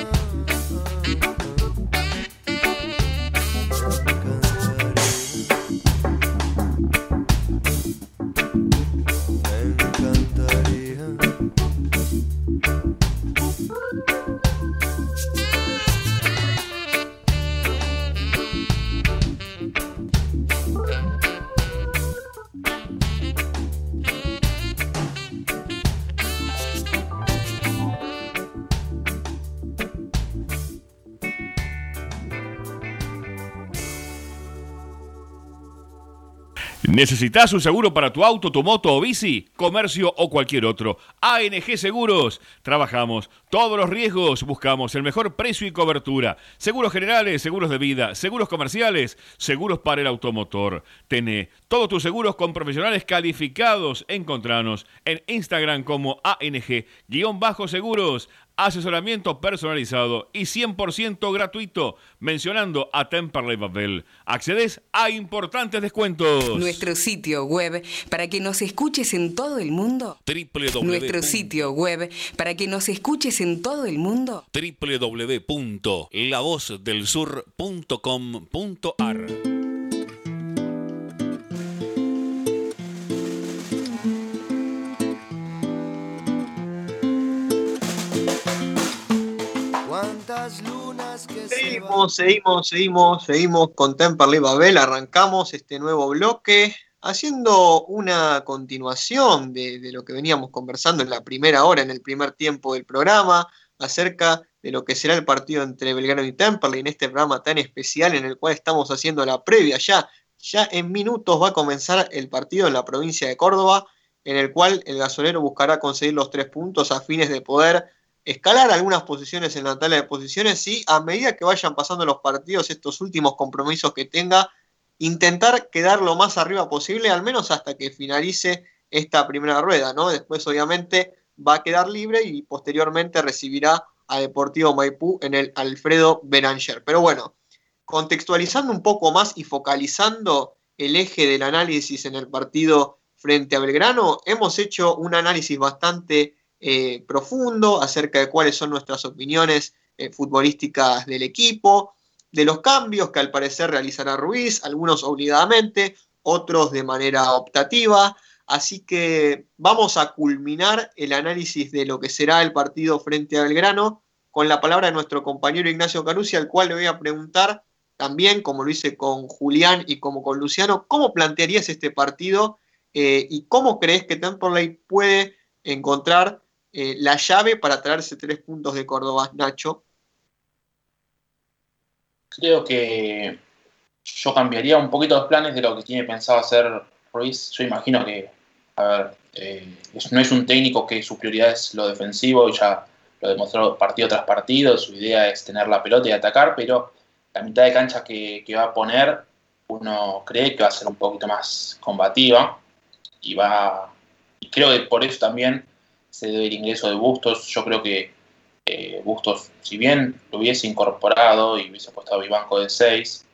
Me encantaría. ¿Necesitas un seguro para tu auto, tu moto o bici, comercio o cualquier otro? ANG Seguros. Trabajamos todos los riesgos, buscamos el mejor precio y cobertura. Seguros generales, seguros de vida, seguros comerciales, seguros para el automotor. Tené todos tus seguros con profesionales calificados. Encontranos en Instagram como ANG-seguros. asesoramiento personalizado y 100% gratuito. Mencionando a Temperley Babel, accedes a importantes descuentos. Nuestro sitio web para que nos escuches en todo el mundo. Nuestro sitio web para que nos escuches en todo el mundo. www.lavozdelsur.com.ar. Seguimos con Temperley Babel. Arrancamos este nuevo bloque haciendo una continuación de lo que veníamos conversando en la primera hora, en el primer tiempo del programa, acerca de lo que será el partido entre Belgrano y Temperley en este programa tan especial en el cual estamos haciendo la previa. Ya en minutos va a comenzar el partido en la provincia de Córdoba, en el cual el gasolero buscará conseguir los 3 puntos a fines de poder escalar algunas posiciones en la tabla de posiciones y a medida que vayan pasando los partidos, estos últimos compromisos que tenga, intentar quedar lo más arriba posible, al menos hasta que finalice esta primera rueda, ¿no? Después obviamente va a quedar libre y posteriormente recibirá a Deportivo Maipú en el Alfredo Beranger. Pero bueno, contextualizando un poco más y focalizando el eje del análisis en el partido frente a Belgrano, hemos hecho un análisis bastante profundo acerca de cuáles son nuestras opiniones futbolísticas del equipo, de los cambios que al parecer realizará Ruiz, algunos obligadamente, otros de manera optativa. Así que vamos a culminar el análisis de lo que será el partido frente a Belgrano con la palabra de nuestro compañero Ignacio Carusi, al cual le voy a preguntar también, como lo hice con Julián y como con Luciano, ¿cómo plantearías este partido y cómo crees que Temperley puede encontrar la llave para traerse 3 puntos de Córdoba, Nacho? Creo que yo cambiaría un poquito los planes de lo que tiene pensado hacer Ruiz. Yo imagino que, no es un técnico que su prioridad es lo defensivo, y ya lo demostró partido tras partido. Su idea es tener la pelota y atacar, pero la mitad de cancha que va a poner, uno cree que va a ser un poquito más combativa, y creo que por eso también se debe el ingreso de Bustos. Yo creo que Bustos, si bien lo hubiese incorporado y hubiese puesto a Vivanco de 6,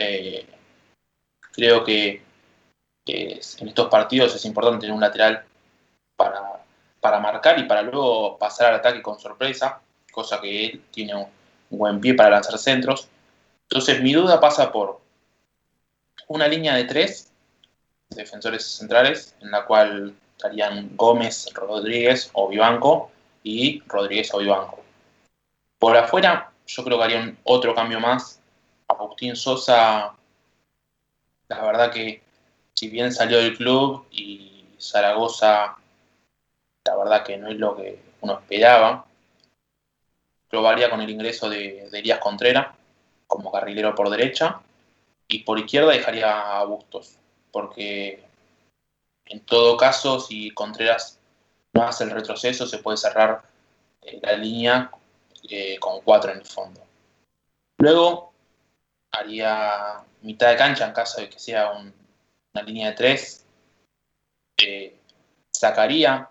creo que en estos partidos es importante tener un lateral para marcar y para luego pasar al ataque con sorpresa, cosa que él tiene un buen pie para lanzar centros. Entonces mi duda pasa por una línea de 3 defensores centrales, en la cual estarían Gómez, Rodríguez o Vivanco, y Rodríguez o Vivanco. Por afuera, yo creo que harían otro cambio más. Agustín Sosa, la verdad que si bien salió del club, y Zaragoza, la verdad que no es lo que uno esperaba, probaría con el ingreso de Elías Contreras como carrilero por derecha, y por izquierda dejaría a Bustos, porque en todo caso, si Contreras no hace el retroceso, se puede cerrar la línea con 4 en el fondo. Luego haría mitad de cancha en caso de que sea una línea de 3. Sacaría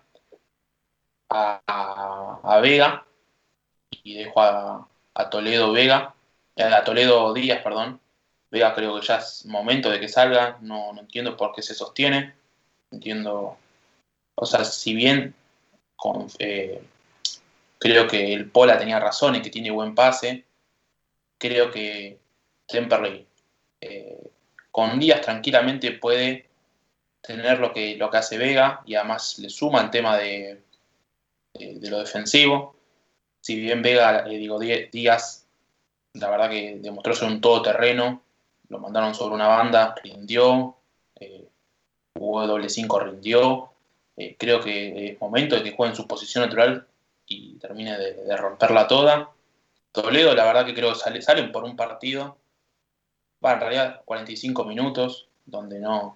a Vega y dejo a Toledo Díaz, perdón. Vega creo que ya es momento de que salga. No entiendo por qué se sostiene. Entiendo, o sea, si bien creo que el Pola tenía razón y que tiene buen pase, creo que Temperley con Díaz tranquilamente puede tener lo que hace Vega, y además le suma el tema de lo defensivo. Si bien Díaz, la verdad que demostró ser un todoterreno, lo mandaron sobre una banda, rindió, jugó doble 5, rindió. Creo que es momento de que juegue en su posición natural y termine de romperla toda. Toledo, la verdad que creo que salen por un partido, en realidad 45 minutos, donde no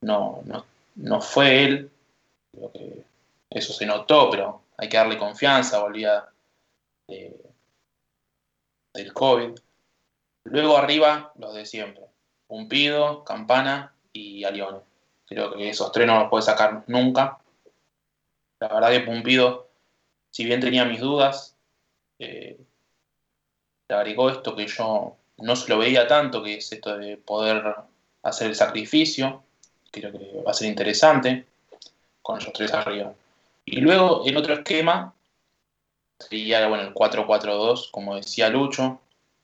fue él. Creo que eso se notó, pero hay que darle confianza. Volvía del COVID. Luego arriba, los de siempre: Pumpido, Campana y Alione. Creo que esos 3 no los puede sacar nunca. La verdad que Pumpido, si bien tenía mis dudas, le agregó esto que yo no se lo veía tanto, que es esto de poder hacer el sacrificio. Creo que va a ser interesante con ellos 3 arriba. Y luego el otro esquema sería, bueno, el 4-4-2, como decía Lucho.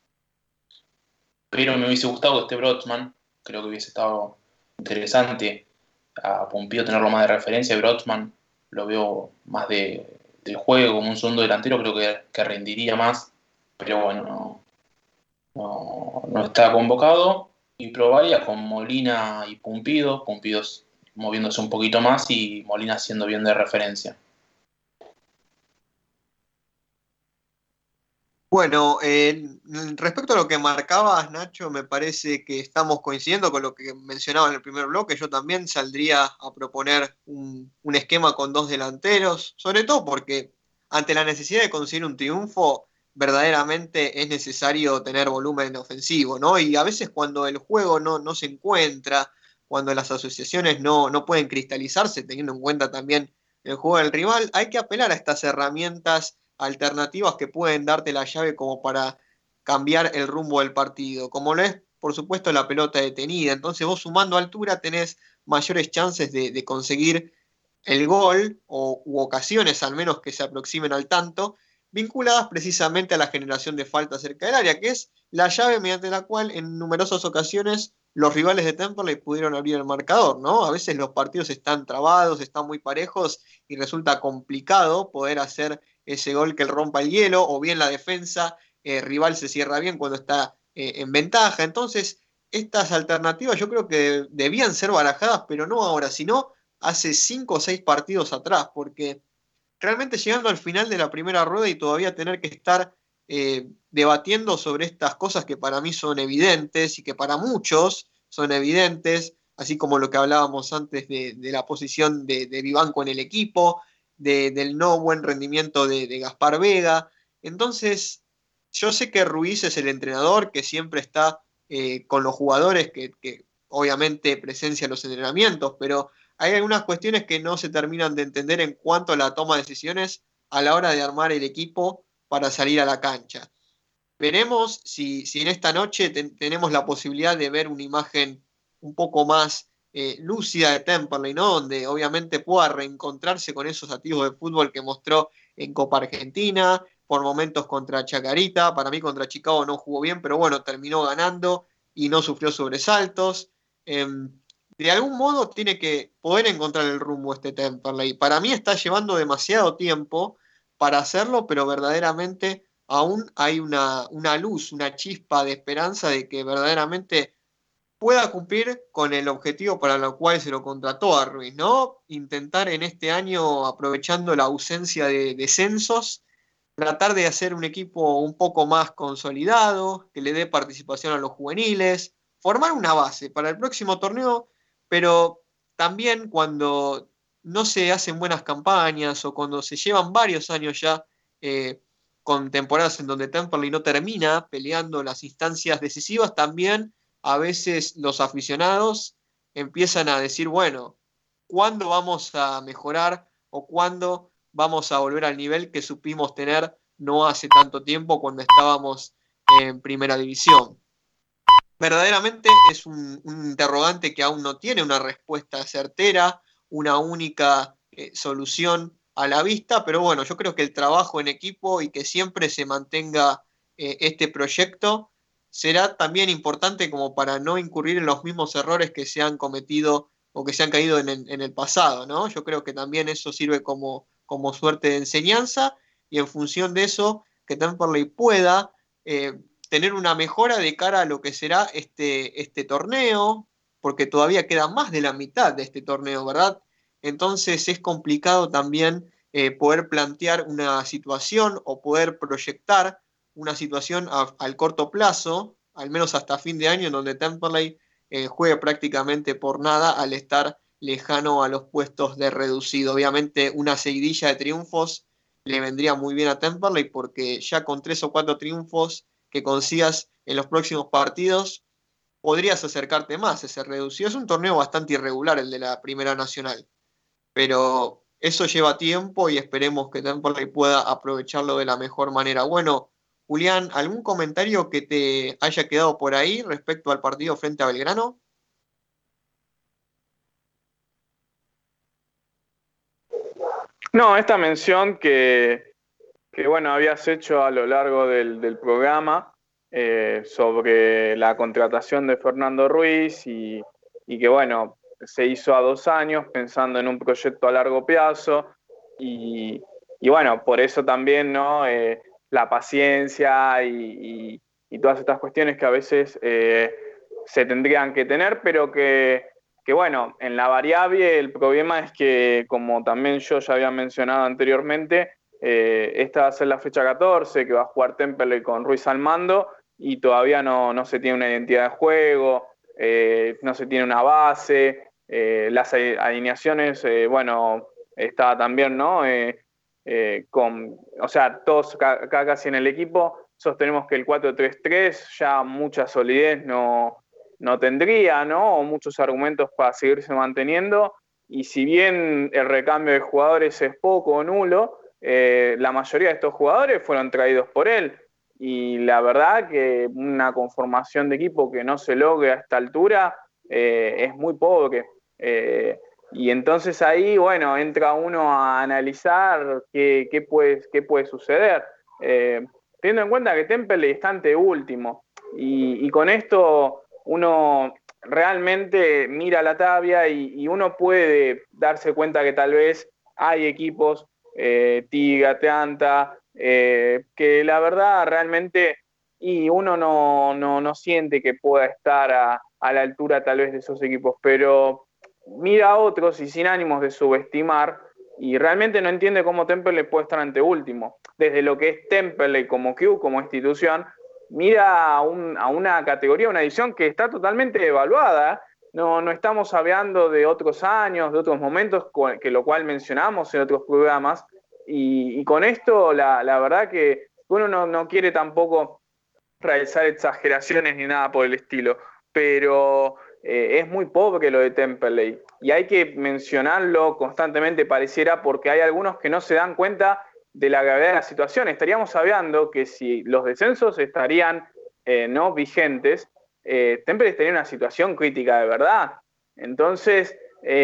Pero me hubiese gustado que esté Brotzmann. Creo que hubiese estado interesante a Pumpido tenerlo más de referencia. Brotzmann lo veo más del juego, como un segundo delantero, creo que rendiría más. Pero bueno, no está convocado. Y probaría con Molina y Pumpido. Pumpido moviéndose un poquito más y Molina siendo bien de referencia. Bueno, respecto a lo que marcabas, Nacho, me parece que estamos coincidiendo con lo que mencionaba en el primer bloque. Yo también saldría a proponer un esquema con 2 delanteros, sobre todo porque ante la necesidad de conseguir un triunfo, verdaderamente es necesario tener volumen ofensivo, ¿no? Y a veces cuando el juego no se encuentra, cuando las asociaciones no pueden cristalizarse, teniendo en cuenta también el juego del rival, hay que apelar a estas herramientas alternativas que pueden darte la llave como para cambiar el rumbo del partido, como lo es, por supuesto, la pelota detenida. Entonces vos sumando altura tenés mayores chances de conseguir el gol u ocasiones al menos que se aproximen al tanto, vinculadas precisamente a la generación de faltas cerca del área, que es la llave mediante la cual en numerosas ocasiones los rivales de Temperley pudieron abrir el marcador, ¿no? A veces los partidos están trabados, están muy parejos y resulta complicado poder hacer ese gol que rompa el hielo, o bien la defensa rival se cierra bien cuando está en ventaja. Entonces, estas alternativas yo creo que debían ser barajadas, pero no ahora, sino hace 5 o 6 partidos atrás, porque realmente llegando al final de la primera rueda y todavía tener que estar debatiendo sobre estas cosas que para mí son evidentes y que para muchos son evidentes, así como lo que hablábamos antes de la posición de Vivanco en el equipo, del no buen rendimiento de Gaspar Vega. Entonces, yo sé que Ruiz es el entrenador que siempre está con los jugadores, que obviamente presencia los entrenamientos, pero hay algunas cuestiones que no se terminan de entender en cuanto a la toma de decisiones a la hora de armar el equipo para salir a la cancha. Veremos si en esta noche tenemos la posibilidad de ver una imagen un poco más lúcida de Temperley, ¿no? Donde obviamente pueda reencontrarse con esos activos de fútbol que mostró en Copa Argentina, por momentos contra Chacarita. Para mí contra Chicago no jugó bien, pero bueno, terminó ganando y no sufrió sobresaltos. De algún modo tiene que poder encontrar el rumbo este Temperley. Para mí está llevando demasiado tiempo para hacerlo, pero verdaderamente aún hay una luz, una chispa de esperanza de que verdaderamente pueda cumplir con el objetivo para lo cual se lo contrató a Ruiz, ¿no? Intentar en este año, aprovechando la ausencia de descensos, tratar de hacer un equipo un poco más consolidado, que le dé participación a los juveniles, formar una base para el próximo torneo, pero también cuando no se hacen buenas campañas o cuando se llevan varios años ya con temporadas en donde Temperley no termina peleando las instancias decisivas, también a veces los aficionados empiezan a decir, bueno, ¿cuándo vamos a mejorar o cuándo vamos a volver al nivel que supimos tener no hace tanto tiempo cuando estábamos en primera división? Verdaderamente es un interrogante que aún no tiene una respuesta certera, una única solución a la vista, pero bueno, yo creo que el trabajo en equipo y que siempre se mantenga este proyecto será también importante como para no incurrir en los mismos errores que se han cometido o que se han caído en el pasado, ¿no? Yo creo que también eso sirve como suerte de enseñanza y en función de eso que Temperley pueda tener una mejora de cara a lo que será este torneo, porque todavía queda más de la mitad de este torneo, ¿verdad? Entonces es complicado también poder plantear una situación o poder proyectar una situación al corto plazo, al menos hasta fin de año, en donde Temperley juegue prácticamente por nada al estar lejano a los puestos de reducido. Obviamente una seguidilla de triunfos le vendría muy bien a Temperley porque ya con 3 o 4 triunfos que consigas en los próximos partidos podrías acercarte más a ese reducido. Es un torneo bastante irregular el de la Primera Nacional, pero eso lleva tiempo y esperemos que Temperley pueda aprovecharlo de la mejor manera. Bueno, Julián, ¿algún comentario que te haya quedado por ahí respecto al partido frente a Belgrano? No, esta mención que bueno, habías hecho a lo largo del programa sobre la contratación de Fernando Ruiz y que bueno, se hizo a 2 años pensando en un proyecto a largo plazo y bueno, por eso también, ¿no? La paciencia y todas estas cuestiones que a veces se tendrían que tener, pero que bueno, en la variable el problema es que, como también yo ya había mencionado anteriormente, esta va a ser la fecha 14, que va a jugar Temperley con Ruiz al mando, y todavía no se tiene una identidad de juego, no se tiene una base, las alineaciones, bueno, está también, ¿no? O sea, todos casi en el equipo sostenemos que el 4-3-3 ya mucha solidez no tendría, ¿no? O muchos argumentos para seguirse manteniendo, y si bien el recambio de jugadores es poco o nulo, la mayoría de estos jugadores fueron traídos por él, y la verdad que una conformación de equipo que no se logre a esta altura es muy pobre. Y entonces ahí, bueno, entra uno a analizar qué puede suceder. Teniendo en cuenta que Temperley está ante último, y con esto uno realmente mira la tabla y uno puede darse cuenta que tal vez hay equipos, Tigre, Atlanta, que la verdad realmente y uno no siente que pueda estar a la altura tal vez de esos equipos, pero mira a otros y sin ánimos de subestimar, y realmente no entiende cómo Temperley puede estar ante último. Desde lo que es Temperley como club, como institución, mira a una categoría, una edición que está totalmente evaluada. No estamos hablando de otros años, de otros momentos, que lo cual mencionamos en otros programas, y con esto la verdad que uno no quiere tampoco realizar exageraciones ni nada por el estilo, pero es muy pobre lo de Temperley, y hay que mencionarlo constantemente, pareciera, porque hay algunos que no se dan cuenta de la gravedad de la situación. Estaríamos hablando que si los descensos estarían no vigentes, Temperley estaría en una situación crítica de verdad. Entonces,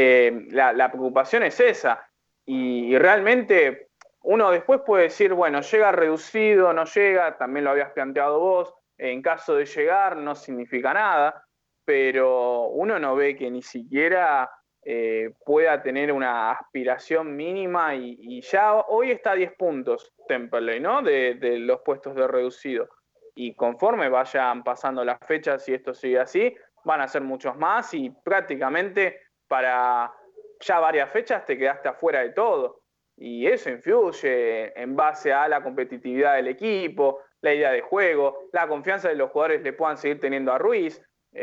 la preocupación es esa, y realmente uno después puede decir, bueno, llega reducido, no llega, también lo habías planteado vos, en caso de llegar no significa nada, pero uno no ve que ni siquiera pueda tener una aspiración mínima, y ya hoy está a 10 puntos Temperley, ¿no? De los puestos de reducido, y conforme vayan pasando las fechas, si esto sigue así, van a ser muchos más, y prácticamente para ya varias fechas te quedaste afuera de todo. Y eso influye en base a la competitividad del equipo, la idea de juego, la confianza de los jugadores le puedan seguir teniendo a Ruiz.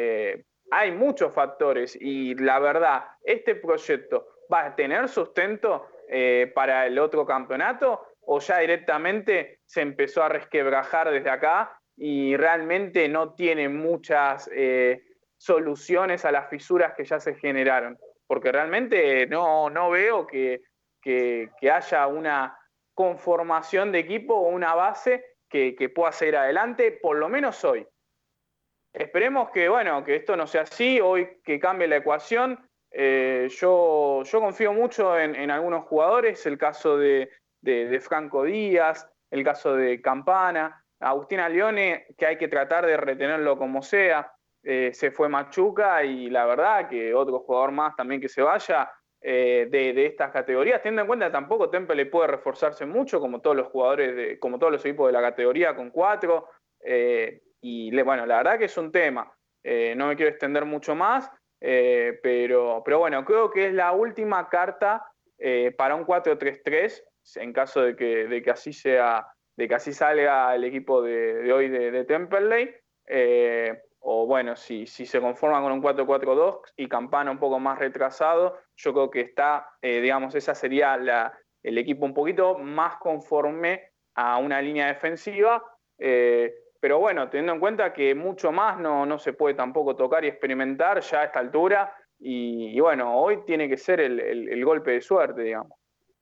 Hay muchos factores, y la verdad, ¿este proyecto va a tener sustento para el otro campeonato, o ya directamente se empezó a resquebrajar desde acá y realmente no tiene muchas soluciones a las fisuras que ya se generaron? Porque realmente no veo que haya una conformación de equipo o una base que pueda seguir adelante, por lo menos hoy. Esperemos que esto no sea así, hoy que cambie la ecuación. Yo confío mucho en algunos jugadores, el caso de Franco Díaz, el caso de Campana, Agustín Alione, que hay que tratar de retenerlo como sea. Se fue Machuca, y la verdad que otro jugador más también que se vaya de estas categorías, teniendo en cuenta que tampoco Temperley puede reforzarse mucho, como todos los jugadores, como todos los equipos de la categoría, con 4. Bueno, la verdad que es un tema. No me quiero extender mucho más, pero bueno, creo que es la última carta para un 4-3-3, en caso de que así sea, de que así salga el equipo de hoy de Temperley. O bueno, si se conforman con un 4-4-2 y Campana un poco más retrasado, yo creo que está, digamos, esa sería el equipo un poquito más conforme a una línea defensiva, pero bueno, teniendo en cuenta que mucho más no se puede tampoco tocar y experimentar ya a esta altura, y bueno, hoy tiene que ser el golpe de suerte, digamos.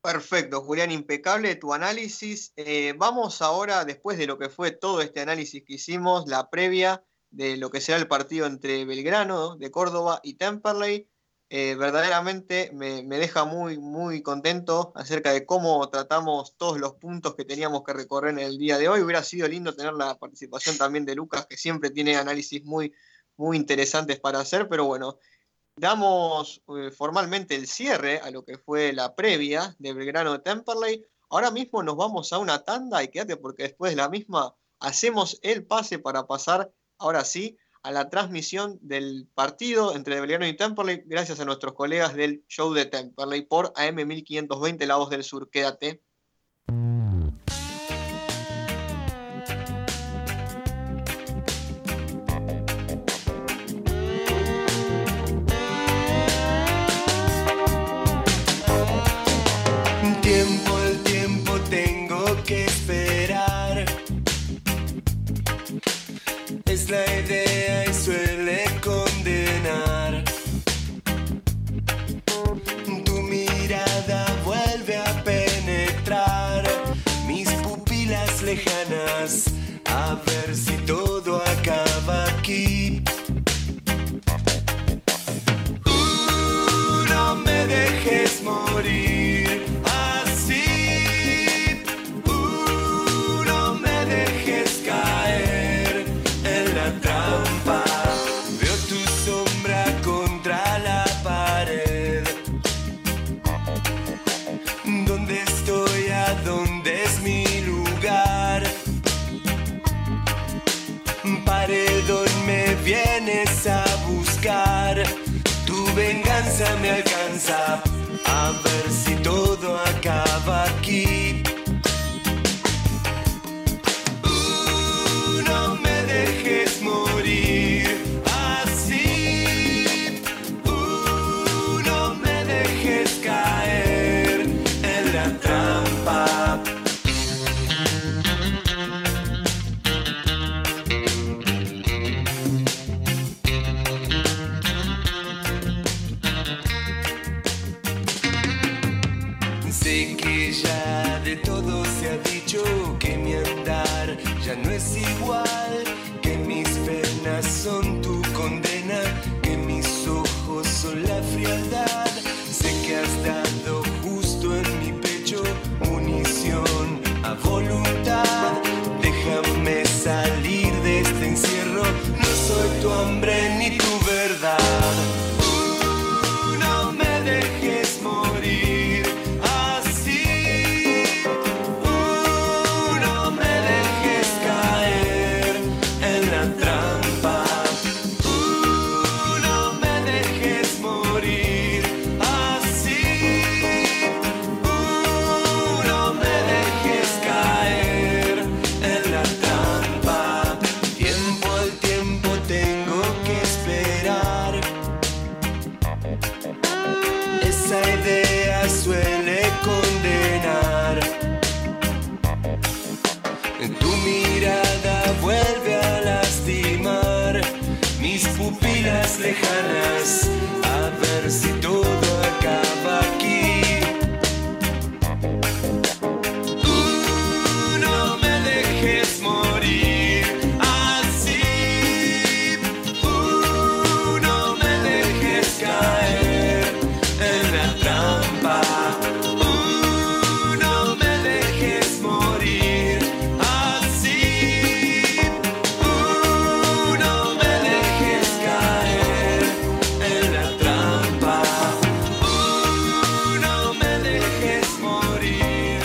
Perfecto, Julián, impecable tu análisis. Vamos ahora, después de lo que fue todo este análisis que hicimos, la previa de lo que será el partido entre Belgrano de Córdoba y Temperley. Verdaderamente me deja muy, muy contento acerca de cómo tratamos todos los puntos que teníamos que recorrer en el día de hoy. Hubiera sido lindo tener la participación también de Lucas, que siempre tiene análisis muy, muy interesantes para hacer, pero bueno, damos formalmente el cierre a lo que fue la previa de Belgrano de Temperley. Ahora mismo nos vamos a una tanda y quédate porque después de la misma hacemos el pase para pasar, ahora sí, a la transmisión del partido entre Belgrano y Temperley, gracias a nuestros colegas del show de Temperley por AM 1520, La Voz del Sur. Quédate. El tiempo tengo que esperar. Es la idea y suele condenar. Tu mirada vuelve a penetrar mis pupilas lejanas, a ver si todo acaba aquí. No me dejes morir así. No me dejes caer en la trampa. Veo tu sombra contra la pared. ¿Dónde estoy? ¿A dónde es mi lugar? Paredón, me vienes a buscar. Tu venganza me alcanza, a ver si todo acaba aquí. No me dejes morir así. No me dejes caer en la trampa. Sé que ya de todo se ha dicho, que mi andar ya no es igual, que mis penas son tu condena, que mis ojos son la frialdad. Sé que has dado justo en mi pecho munición a voluntad. Déjame salir de este encierro, no soy tu hambre ni tu verdad. No me dejes morir así. No me dejes caer en la trampa. No me dejes morir así. No me dejes caer en la trampa. Tiempo al tiempo tengo que esperar. Esa idea suele condenar. Tu mirada vuelve a lastimar mis pupilas lejanas, a ver si todo acaba aquí. No me dejes morir así. No me dejes caer en la trampa. No me dejes morir así. No me dejes caer en la trampa. No me dejes morir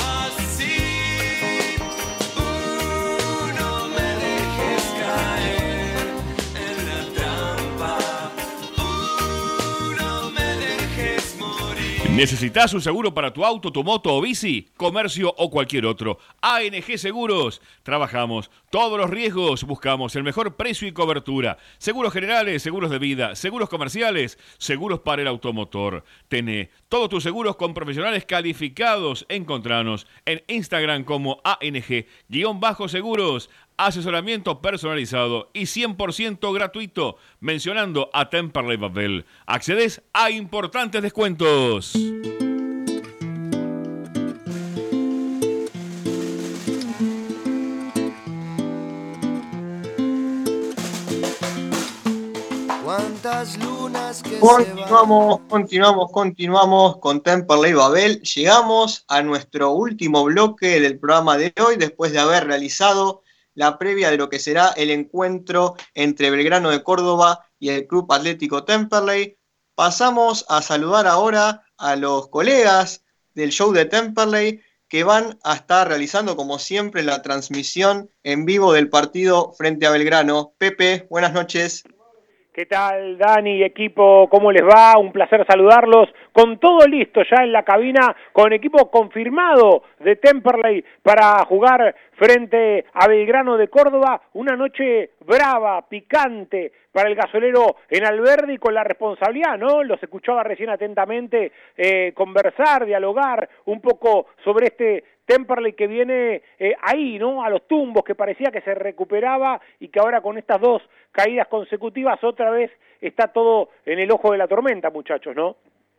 así. No me dejes caer en la trampa. No me dejes morir. ¿Necesitas un seguro para tu auto, tu moto o bici, comercio o cualquier otro? ANG Seguros. Trabajamos todos los riesgos, buscamos el mejor precio y cobertura. Seguros generales, seguros de vida, seguros comerciales, seguros para el automotor. Tené todos tus seguros con profesionales calificados. Encontranos en Instagram como ANG_seguros. Asesoramiento personalizado y 100% gratuito. Mencionando a Temperley Babel, accedes a importantes descuentos. Continuamos con Temperley Babel. Llegamos a nuestro último bloque del programa de hoy, después de haber realizado la previa de lo que será el encuentro entre Belgrano de Córdoba y el Club Atlético Temperley. Pasamos a saludar ahora a los colegas del show de Temperley que van a estar realizando, como siempre, la transmisión en vivo del partido frente a Belgrano. Pepe, buenas noches. ¿Qué tal, Dani, equipo? ¿Cómo les va? Un placer saludarlos. Con todo listo ya en la cabina, con equipo confirmado de Temperley para jugar frente a Belgrano de Córdoba. Una noche brava, picante para el gasolero en Alberdi, con la responsabilidad, ¿no? Los escuchaba recién atentamente conversar, dialogar un poco sobre este Temperley que viene ahí, ¿no? A los tumbos, que parecía que se recuperaba y que ahora con estas dos caídas consecutivas otra vez está todo en el ojo de la tormenta, muchachos, ¿no?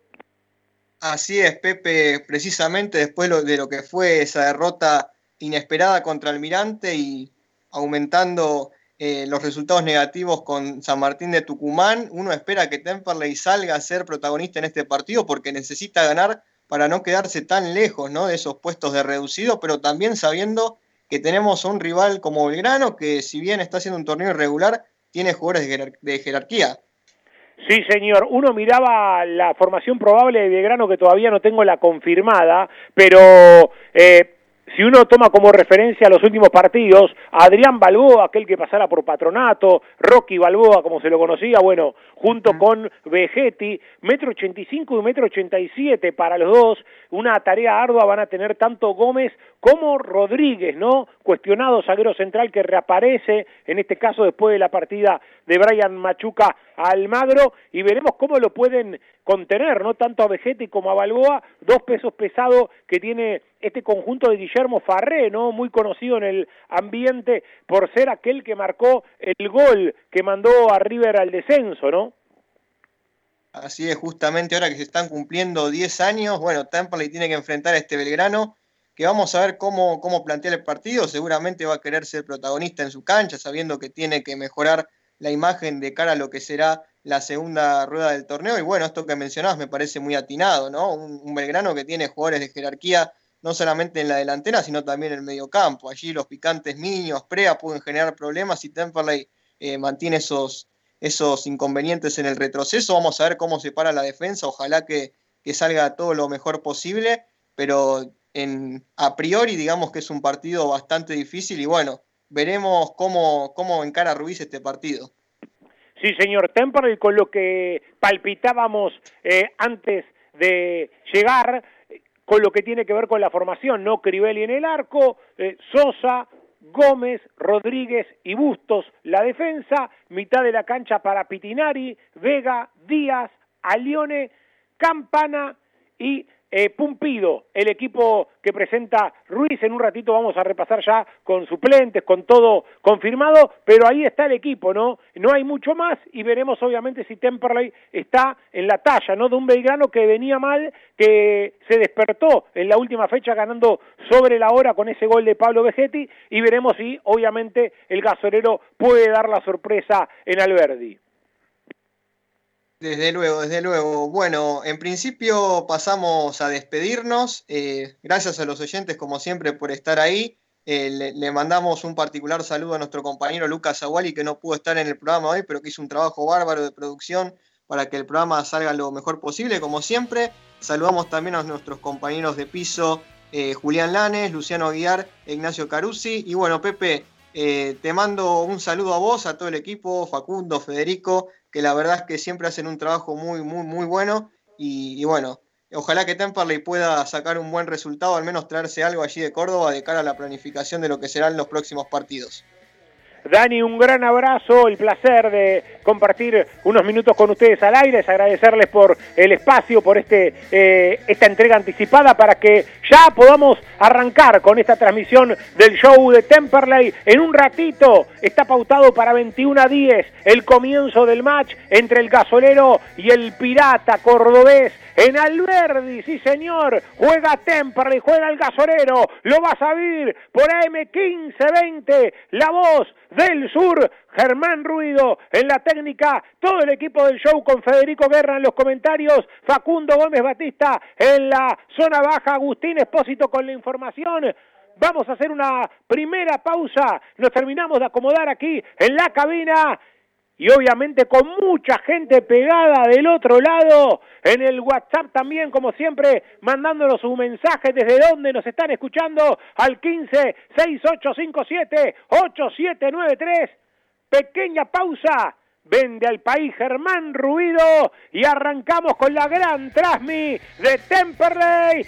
Así es, Pepe, precisamente después de lo que fue esa derrota inesperada contra Almirante y aumentando los resultados negativos con San Martín de Tucumán, uno espera que Temperley salga a ser protagonista en este partido porque necesita ganar para no quedarse tan lejos, ¿no?, de esos puestos de reducido, pero también sabiendo que tenemos a un rival como Belgrano, que si bien está haciendo un torneo irregular, tiene jugadores de jerarquía. Sí, señor. Uno miraba la formación probable de Belgrano, que todavía no tengo la confirmada, pero si uno toma como referencia los últimos partidos, Adrián Balboa, aquel que pasara por Patronato, Rocky Balboa, como se lo conocía, bueno, junto con Vegetti, 1,85 m y 1,87 m para los dos, una tarea ardua van a tener tanto Gómez como Rodríguez, ¿no? Cuestionado zaguero central que reaparece, en este caso después de la partida de Brian Machuca a Almagro, y veremos cómo lo pueden contener, ¿no? Tanto a Vegetti como a Balboa, dos pesos pesados que tiene este conjunto de Guillermo Farré, ¿no? Muy conocido en el ambiente por ser aquel que marcó el gol que mandó a River al descenso, ¿no? Así es, justamente ahora que se están cumpliendo 10 años, bueno, Temperley tiene que enfrentar a este Belgrano, que vamos a ver cómo plantea el partido. Seguramente va a querer ser protagonista en su cancha, sabiendo que tiene que mejorar la imagen de cara a lo que será la segunda rueda del torneo. Y bueno, esto que mencionabas me parece muy atinado, ¿no? Un Belgrano que tiene jugadores de jerarquía no solamente en la delantera, sino también en el mediocampo. Allí los picantes Niños, Prea pueden generar problemas y Temperley mantiene esos inconvenientes en el retroceso. Vamos a ver cómo se para la defensa. Ojalá que salga todo lo mejor posible, pero a priori digamos que es un partido bastante difícil y bueno, veremos cómo encara Ruiz este partido. Sí, señor. Temperley, con lo que palpitábamos antes de llegar, con lo que tiene que ver con la formación, ¿no? Crivelli en el arco, Sosa, Gómez, Rodríguez y Bustos la defensa, mitad de la cancha para Pitinari, Vega, Díaz, Alione, Campana y Pumpido, el equipo que presenta Ruiz. En un ratito vamos a repasar ya con suplentes, con todo confirmado, pero ahí está el equipo, ¿no? No hay mucho más y veremos obviamente si Temperley está en la talla, ¿no? De un Belgrano que venía mal, que se despertó en la última fecha ganando sobre la hora con ese gol de Pablo Vegetti, y veremos si obviamente el gasolero puede dar la sorpresa en Alberdi. Desde luego. Bueno, en principio pasamos a despedirnos. Gracias a los oyentes, como siempre, por estar ahí. Le mandamos un particular saludo a nuestro compañero Lucas Aguali, que no pudo estar en el programa hoy, pero que hizo un trabajo bárbaro de producción para que el programa salga lo mejor posible, como siempre. Saludamos también a nuestros compañeros de piso, Julián Lanes, Luciano Aguiar, Ignacio Caruzzi. Y bueno, Pepe, te mando un saludo a vos, a todo el equipo, Facundo, Federico, que la verdad es que siempre hacen un trabajo muy, muy, muy bueno. Y bueno, ojalá que Temperley pueda sacar un buen resultado, al menos traerse algo allí de Córdoba de cara a la planificación de lo que serán los próximos partidos. Dani, un gran abrazo, el placer de compartir unos minutos con ustedes al aire, es agradecerles por el espacio, por esta entrega anticipada para que ya podamos arrancar con esta transmisión del show de Temperley. En un ratito está pautado para 21:10 el comienzo del match entre el gasolero y el pirata cordobés en Alberdi, sí señor, juega Temperley, juega el Gasolero, lo vas a ver por AM1520, la voz del sur, Germán Ruido en la técnica, todo el equipo del show con Federico Guerra en los comentarios, Facundo Gómez Batista en la zona baja, Agustín Espósito con la información. Vamos a hacer una primera pausa, nos terminamos de acomodar aquí en la cabina y obviamente con mucha gente pegada del otro lado, en el WhatsApp también, como siempre, mandándonos sus mensajes desde donde nos están escuchando al 15-6857-8793. Pequeña pausa, vende al país Germán Ruido y arrancamos con la gran Trasmi de Temperley